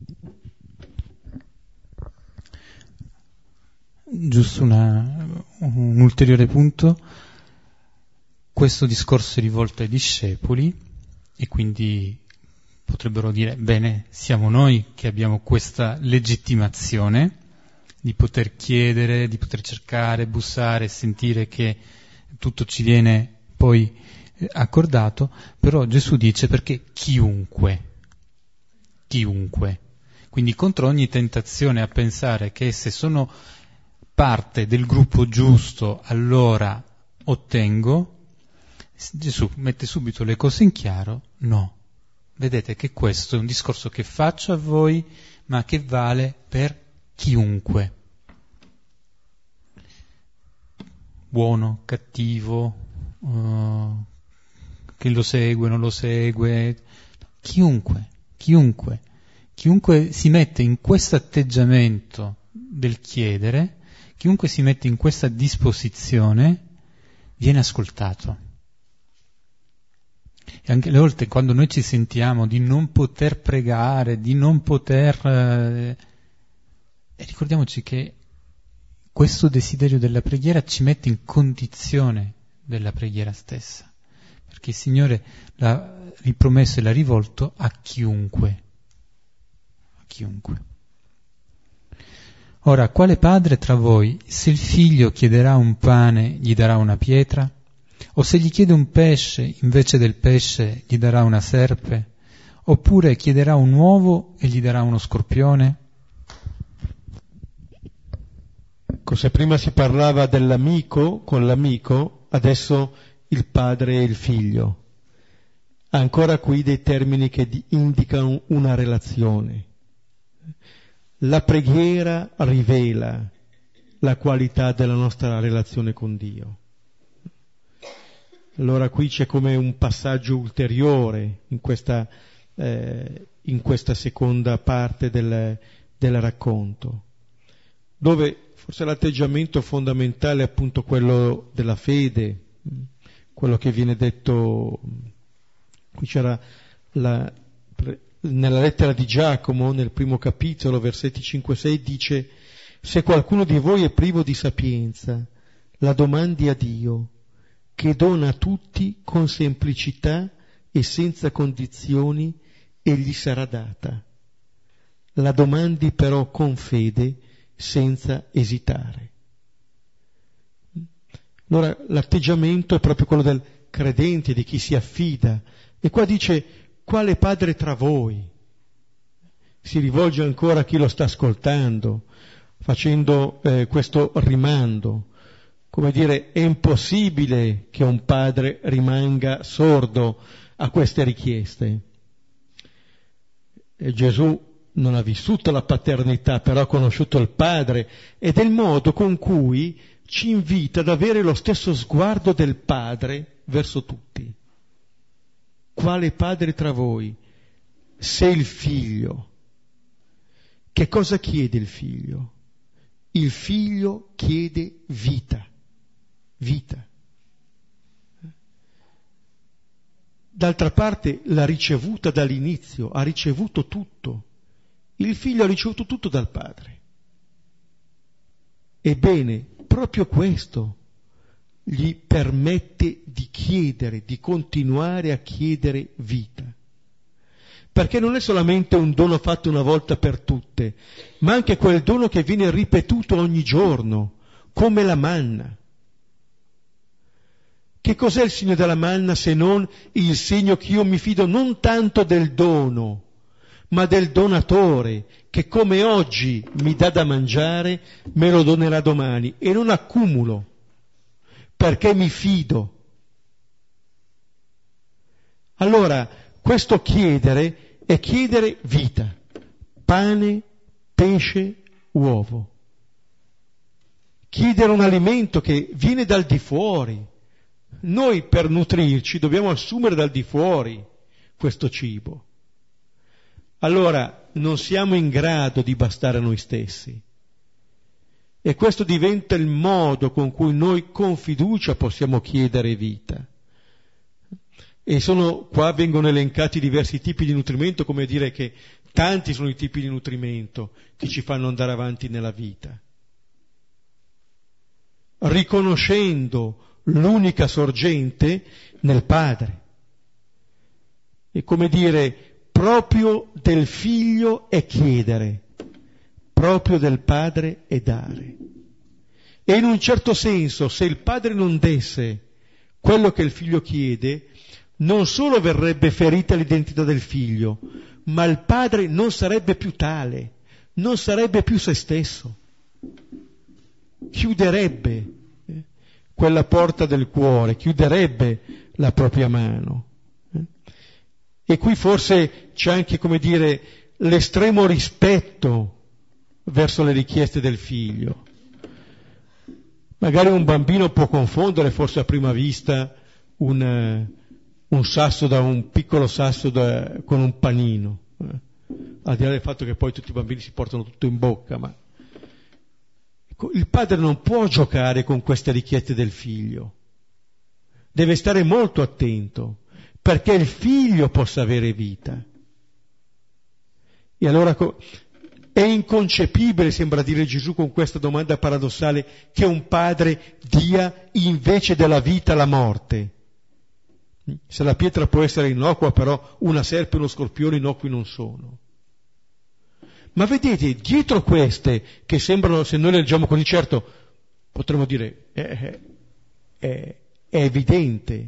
Giusto un ulteriore punto. Questo discorso è rivolto ai discepoli e quindi potrebbero dire, bene, siamo noi che abbiamo questa legittimazione di poter chiedere, di poter cercare, bussare, sentire che tutto ci viene poi accordato, però Gesù dice perché chiunque, quindi contro ogni tentazione a pensare che se sono parte del gruppo giusto allora ottengo, Gesù mette subito le cose in chiaro, no, vedete che questo è un discorso che faccio a voi ma che vale per chiunque, buono, cattivo, che lo segue, non lo segue, chiunque si mette in questo atteggiamento del chiedere, chiunque si mette in questa disposizione viene ascoltato. E anche le volte quando noi ci sentiamo di non poter pregare, di non poter... ricordiamoci che questo desiderio della preghiera ci mette in condizione della preghiera stessa, perché il Signore l'ha ripromesso e l'ha rivolto a chiunque. Ora, quale padre tra voi, se il figlio chiederà un pane, gli darà una pietra? O se gli chiede un pesce, invece del pesce gli darà una serpe? Oppure chiederà un uovo e gli darà uno scorpione? Se prima si parlava dell'amico con l'amico, adesso il padre e il figlio. Ancora qui dei termini che indicano una relazione. La preghiera rivela la qualità della nostra relazione con Dio. Allora qui c'è come un passaggio ulteriore in questa seconda parte del racconto, dove forse l'atteggiamento fondamentale è appunto quello della fede, quello che viene detto, qui c'era nella lettera di Giacomo, nel primo capitolo, versetti 5-6, dice: se qualcuno di voi è privo di sapienza, la domandi a Dio, che dona a tutti con semplicità e senza condizioni, e gli sarà data. La domandi però con fede, senza esitare. Allora l'atteggiamento è proprio quello del credente, di chi si affida. E qua dice: quale padre tra voi? Si rivolge ancora a chi lo sta ascoltando, facendo questo rimando. Come dire, è impossibile che un padre rimanga sordo a queste richieste. E Gesù non ha vissuto la paternità, però ha conosciuto il Padre, ed è il modo con cui ci invita ad avere lo stesso sguardo del Padre verso tutti. Quale padre tra voi, se il figlio, che cosa chiede il figlio? Il figlio chiede vita. D'altra parte l'ha ricevuta dall'inizio, ha ricevuto tutto. Il figlio ha ricevuto tutto dal padre. Ebbene, proprio questo gli permette di chiedere, di continuare a chiedere vita. Perché non è solamente un dono fatto una volta per tutte, ma anche quel dono che viene ripetuto ogni giorno, come la manna. Che cos'è il segno della manna se non il segno che io mi fido non tanto del dono, ma del donatore, che come oggi mi dà da mangiare, me lo donerà domani, e non accumulo, perché mi fido. Allora, questo chiedere è chiedere vita, pane, pesce, uovo. Chiedere un alimento che viene dal di fuori. Noi per nutrirci dobbiamo assumere dal di fuori questo cibo. Allora non siamo in grado di bastare a noi stessi. E questo diventa il modo con cui noi con fiducia possiamo chiedere vita. E qua vengono elencati diversi tipi di nutrimento, come dire che tanti sono i tipi di nutrimento che ci fanno andare avanti nella vita. Riconoscendo l'unica sorgente nel Padre. E come dire, proprio del Figlio è chiedere, proprio del Padre è dare. E in un certo senso, se il Padre non desse quello che il Figlio chiede, non solo verrebbe ferita l'identità del Figlio, ma il Padre non sarebbe più tale, non sarebbe più se stesso. Chiuderebbe quella porta del cuore, chiuderebbe la propria mano. E qui forse c'è anche, come dire, l'estremo rispetto verso le richieste del figlio. Magari un bambino può confondere, forse a prima vista, un piccolo sasso con un panino, al di là del fatto che poi tutti i bambini si portano tutto in bocca, ma il padre non può giocare con queste richieste del figlio, deve stare molto attento perché il figlio possa avere vita. E allora è inconcepibile, sembra dire Gesù con questa domanda paradossale, che un padre dia invece della vita la morte. Se la pietra può essere innocua, però una serpe e uno scorpione innocui non sono. Ma vedete, dietro queste, che sembrano, se noi le leggiamo così, certo, potremmo dire, è evidente.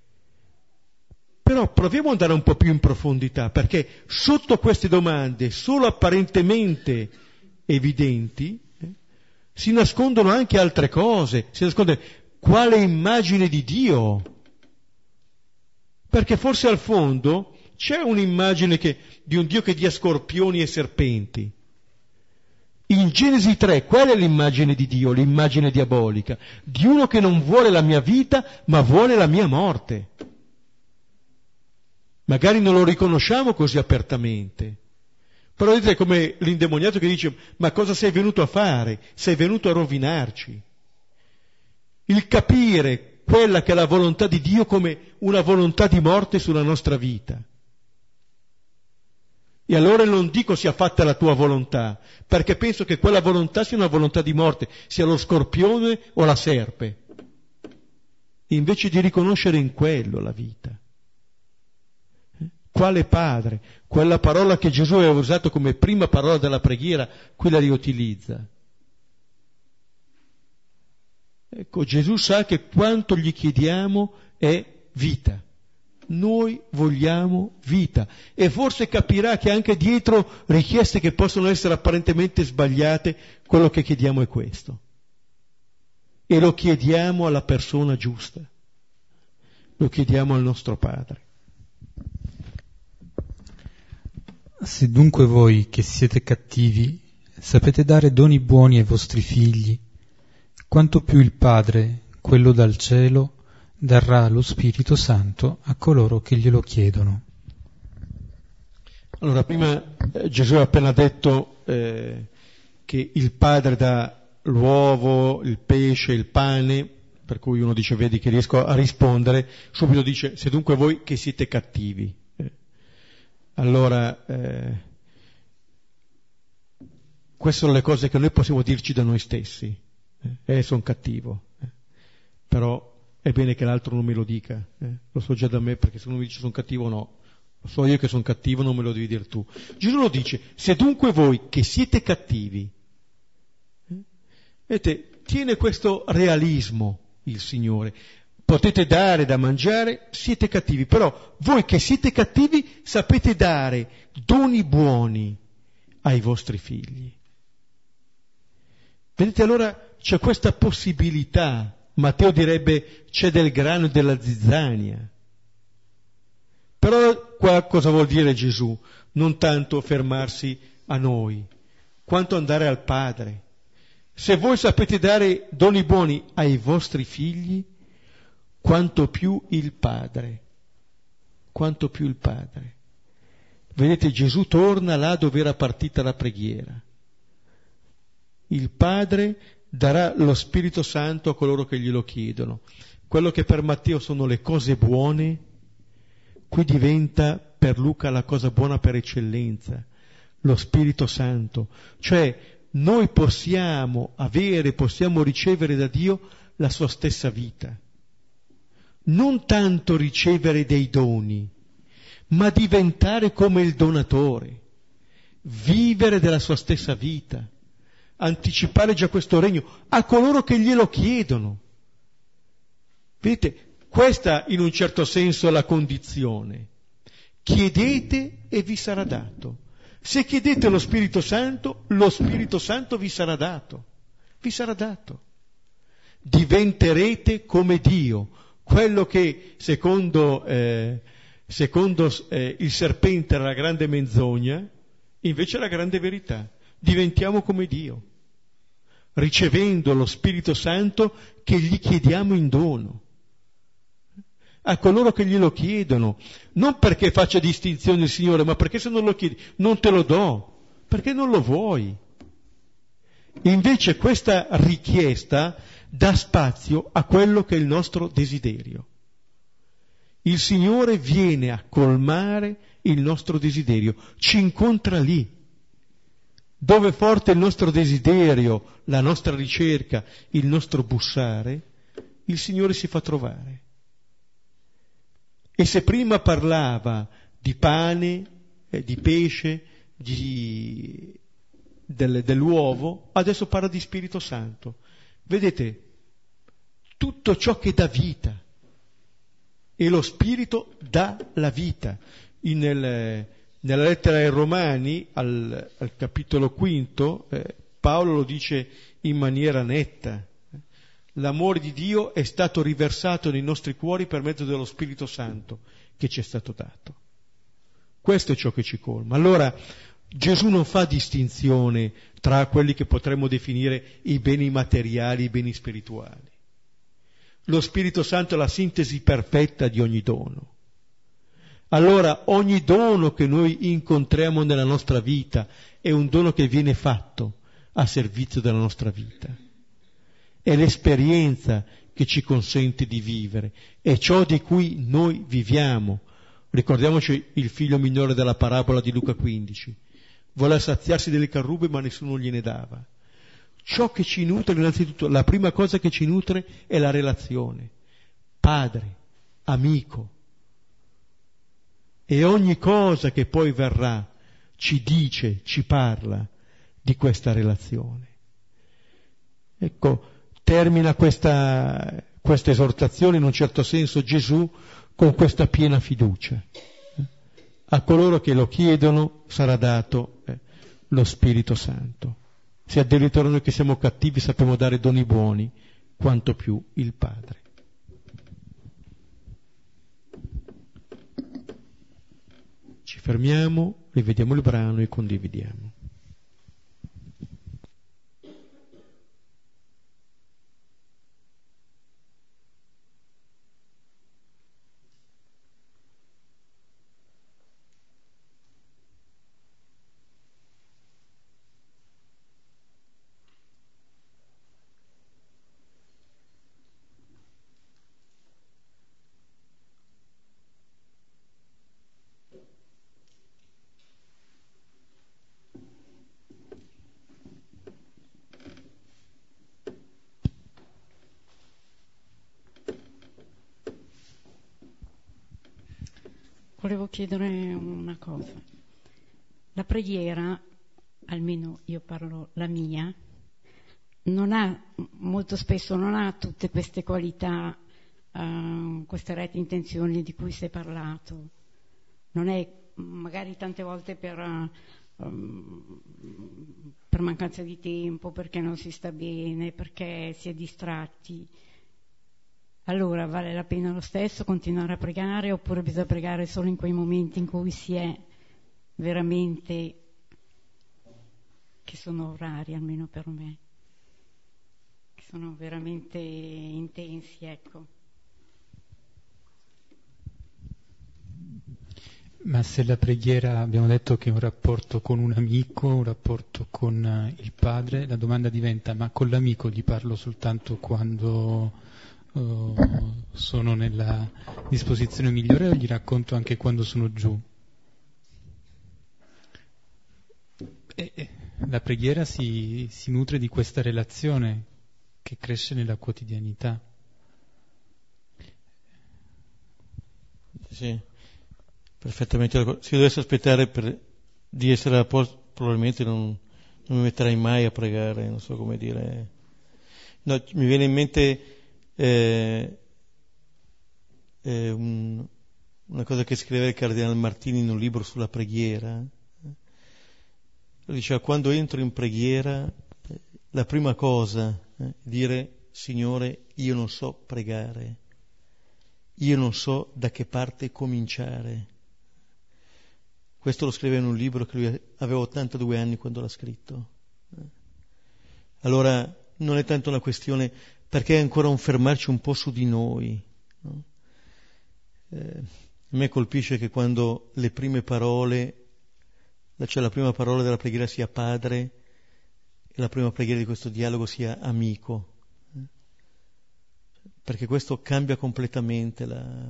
Però proviamo ad andare un po' più in profondità, perché sotto queste domande, solo apparentemente evidenti, si nascondono anche altre cose. Si nasconde quale immagine di Dio? Perché forse al fondo c'è un'immagine di un Dio che dia scorpioni e serpenti. In Genesi 3, qual è l'immagine di Dio, l'immagine diabolica? Di uno che non vuole la mia vita, ma vuole la mia morte. Magari non lo riconosciamo così apertamente. Però vedete come l'indemoniato che dice, ma cosa sei venuto a fare? Sei venuto a rovinarci. Il capire quella che è la volontà di Dio come una volontà di morte sulla nostra vita. E allora non dico sia fatta la tua volontà, perché penso che quella volontà sia una volontà di morte, sia lo scorpione o la serpe. E invece di riconoscere in quello la vita. Quale padre? Quella parola che Gesù aveva usato come prima parola della preghiera, qui la riutilizza. Ecco, Gesù sa che quanto gli chiediamo è vita. Noi vogliamo vita e forse capirà che anche dietro richieste che possono essere apparentemente sbagliate, quello che chiediamo è questo. E lo chiediamo alla persona giusta, lo chiediamo al nostro Padre. Se dunque voi che siete cattivi sapete dare doni buoni ai vostri figli, quanto più il Padre, quello dal cielo, darà lo Spirito Santo a coloro che glielo chiedono. Allora, prima Gesù ha appena detto che il Padre dà l'uovo, il pesce, il pane, per cui uno dice, vedi che riesco a rispondere, subito dice, se dunque voi che siete cattivi. Allora, queste sono le cose che noi possiamo dirci da noi stessi. Sono cattivo, però è bene che l'altro non me lo dica, lo so già da me, perché se uno mi dice sono cattivo, no, lo so io che sono cattivo, non me lo devi dire tu. Gesù lo dice, se dunque voi che siete cattivi, vedete, tiene questo realismo il Signore, potete dare da mangiare, siete cattivi. Però voi che siete cattivi sapete dare doni buoni ai vostri figli. Vedete, allora c'è questa possibilità. Matteo direbbe c'è del grano e della zizzania. Però qua cosa vuol dire Gesù? Non tanto fermarsi a noi, quanto andare al Padre. Se voi sapete dare doni buoni ai vostri figli, quanto più il Padre. Quanto più il Padre. Vedete, Gesù torna là dove era partita la preghiera. Il Padre darà lo Spirito Santo a coloro che glielo chiedono. Quello che per Matteo sono le cose buone, qui diventa per Luca la cosa buona per eccellenza, lo Spirito Santo. Cioè noi possiamo ricevere da Dio la sua stessa vita. Non tanto ricevere dei doni, ma diventare come il donatore, vivere della sua stessa vita, anticipare già questo regno a coloro che glielo chiedono. Vedete, questa in un certo senso è la condizione. Chiedete e vi sarà dato. Se chiedete lo Spirito Santo vi sarà dato. Vi sarà dato. Diventerete come Dio, quello che secondo il serpente era la grande menzogna, invece è la grande verità. Diventiamo come Dio, ricevendo lo Spirito Santo che gli chiediamo in dono a coloro che glielo chiedono, non perché faccia distinzione il Signore, ma perché se non lo chiedi non te lo do, perché non lo vuoi. Invece questa richiesta dà spazio a quello che è il nostro desiderio. Il Signore viene a colmare il nostro desiderio, ci incontra lì. Dove è forte il nostro desiderio, la nostra ricerca, il nostro bussare, il Signore si fa trovare. E se prima parlava di pane, di pesce, dell'uovo, adesso parla di Spirito Santo. Vedete, tutto ciò che dà vita, e lo Spirito dà la vita. Nella lettera ai Romani, al capitolo 5, Paolo lo dice in maniera netta. L'amore di Dio è stato riversato nei nostri cuori per mezzo dello Spirito Santo che ci è stato dato. Questo è ciò che ci colma. Allora Gesù non fa distinzione tra quelli che potremmo definire i beni materiali e i beni spirituali. Lo Spirito Santo è la sintesi perfetta di ogni dono. Allora ogni dono che noi incontriamo nella nostra vita è un dono che viene fatto a servizio della nostra vita. È l'esperienza che ci consente di vivere, è ciò di cui noi viviamo. Ricordiamoci il figlio minore della parabola di Luca 15. Voleva saziarsi delle carrube ma nessuno gliene dava. Ciò che ci nutre, innanzitutto, la prima cosa che ci nutre è la relazione. Padre, amico. E ogni cosa che poi verrà ci dice, ci parla di questa relazione. Ecco, termina questa esortazione in un certo senso Gesù con questa piena fiducia. A coloro che lo chiedono sarà dato lo Spirito Santo. Se addirittura noi che siamo cattivi sappiamo dare doni buoni, quanto più il Padre. Ci fermiamo, rivediamo il brano e condividiamo. Volevo chiedere una cosa. La preghiera, almeno io parlo la mia, molto spesso non ha tutte queste qualità queste rette intenzioni di cui si è parlato. Non è magari tante volte per mancanza di tempo, perché non si sta bene, perché si è distratti. Allora vale la pena lo stesso continuare a pregare, oppure bisogna pregare solo in quei momenti in cui si è veramente, che sono rari almeno per me, che sono veramente intensi, ecco. Ma se la preghiera, abbiamo detto che è un rapporto con un amico, un rapporto con il padre, la domanda diventa: ma con l'amico gli parlo soltanto quando sono nella disposizione migliore, o gli racconto anche quando sono giù? La preghiera si nutre di questa relazione che cresce nella quotidianità. Sì, perfettamente. Se io dovessi aspettare di essere a posto, probabilmente non mi metterei mai a pregare, non so come dire. No, mi viene in mente una cosa che scrive il Cardinale Martini in un libro sulla preghiera. Diceva: quando entro in preghiera, la prima cosa è dire: Signore, io non so pregare, io non so da che parte cominciare. Questo lo scrive in un libro che lui aveva 82 anni quando l'ha scritto. Allora non è tanto una questione, perché è ancora un fermarci un po' su di noi, no? A me colpisce che quando le prime parole, cioè la prima parola della preghiera sia Padre, e la prima preghiera di questo dialogo sia Amico, perché questo cambia completamente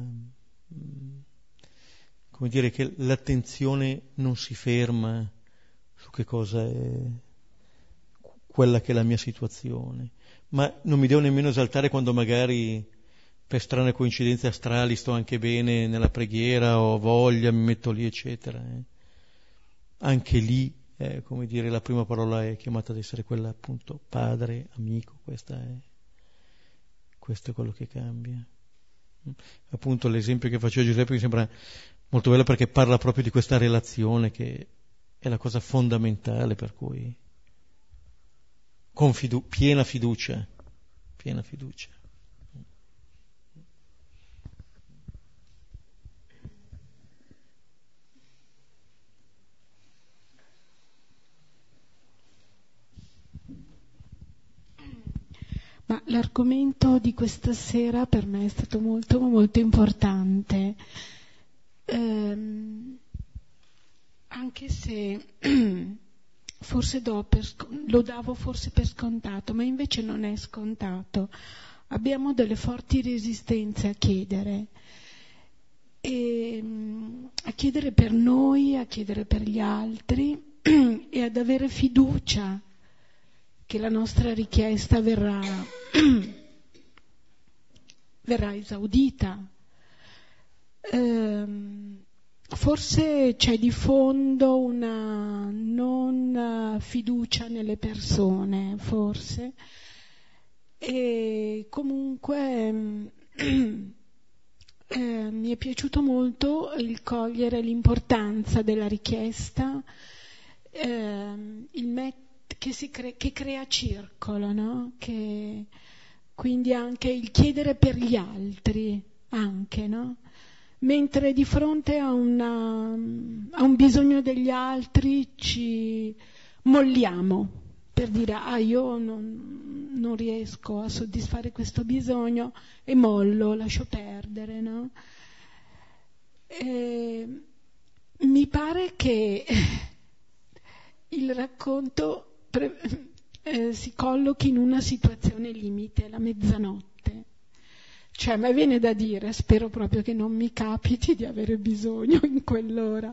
come dire, che l'attenzione non si ferma su che cosa è quella che è la mia situazione, ma non mi devo nemmeno esaltare quando magari per strane coincidenze astrali sto anche bene nella preghiera, ho voglia, mi metto lì, eccetera. Anche lì, come dire, la prima parola è chiamata ad essere quella appunto Padre, Amico. Questo è quello che cambia. Appunto l'esempio che faceva Giuseppe mi sembra molto bello, perché parla proprio di questa relazione che è la cosa fondamentale, per cui con piena fiducia. Ma l'argomento di questa sera per me è stato molto, molto importante, anche se forse lo davo forse per scontato, ma invece non è scontato. Abbiamo delle forti resistenze a chiedere per noi, a chiedere per gli altri e ad avere fiducia che la nostra richiesta verrà esaudita. Forse c'è di fondo una non fiducia nelle persone, forse, e comunque mi è piaciuto molto il cogliere l'importanza della richiesta, che crea circolo, no? Che quindi anche il chiedere per gli altri, anche, no? Mentre di fronte a un bisogno degli altri ci molliamo per dire: io non riesco a soddisfare questo bisogno e mollo, lascio perdere, no? Mi pare che il racconto si collochi in una situazione limite, la mezzanotte. Cioè, mi viene da dire, spero proprio che non mi capiti di avere bisogno in quell'ora,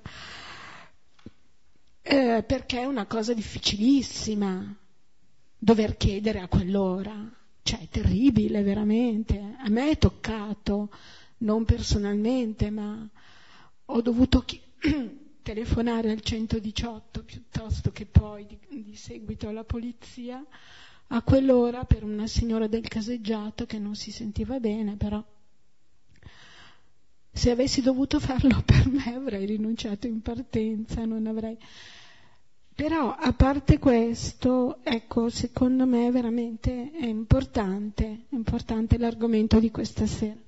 perché è una cosa difficilissima dover chiedere a quell'ora, cioè è terribile veramente. A me è toccato, non personalmente, ma ho dovuto telefonare al 118 piuttosto che poi di seguito alla polizia a quell'ora per una signora del caseggiato che non si sentiva bene, però Se avessi dovuto farlo per me avrei rinunciato in partenza, non avrei... Però a parte questo, ecco, secondo me veramente è importante l'argomento di questa sera.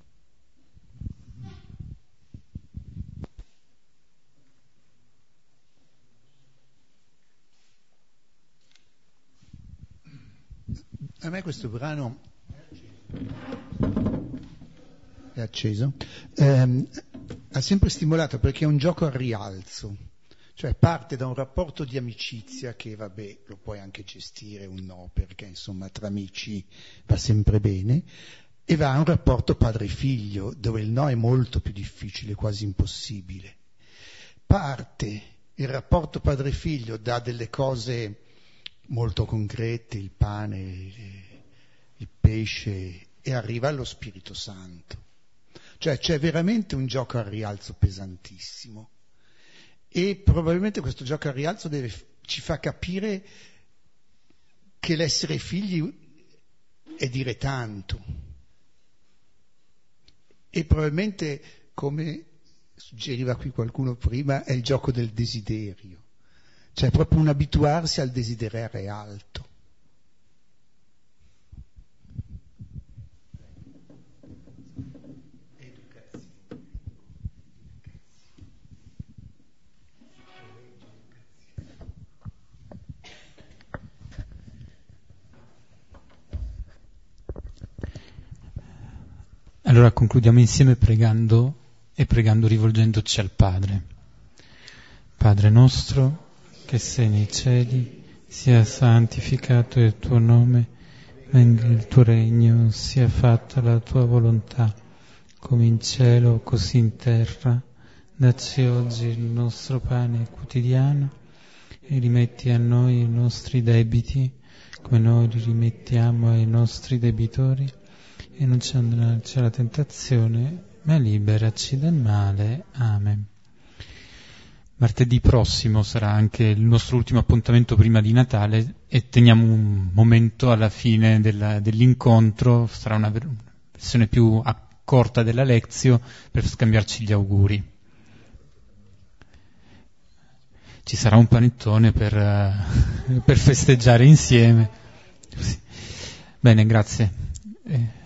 A me questo brano è acceso, ha sempre stimolato perché è un gioco al rialzo, cioè parte da un rapporto di amicizia che vabbè lo puoi anche gestire o no, perché insomma tra amici va sempre bene, e va a un rapporto padre-figlio dove il no è molto più difficile, quasi impossibile. Parte il rapporto padre-figlio da delle cose molto concrete, il pane, il pesce, e arriva allo Spirito Santo. Cioè c'è veramente un gioco al rialzo pesantissimo, e probabilmente questo gioco al rialzo ci fa capire che l'essere figli è dire tanto, e probabilmente, come suggeriva qui qualcuno prima, è il gioco del desiderio. Cioè proprio un abituarsi al desiderare alto. Allora concludiamo insieme pregando rivolgendoci al Padre. Padre nostro, che sei nei cieli, sia santificato il tuo nome, venga il tuo regno, sia fatta la tua volontà, come in cielo così in terra. Dacci oggi il nostro pane quotidiano e rimetti a noi i nostri debiti, come noi li rimettiamo ai nostri debitori, e non ci andrci alla tentazione, ma liberaci dal male. Amen. Martedì prossimo sarà anche il nostro ultimo appuntamento prima di Natale, e teniamo un momento alla fine dell'incontro, sarà una versione più corta della Lectio, per scambiarci gli auguri. Ci sarà un panettone per festeggiare insieme. Bene, grazie.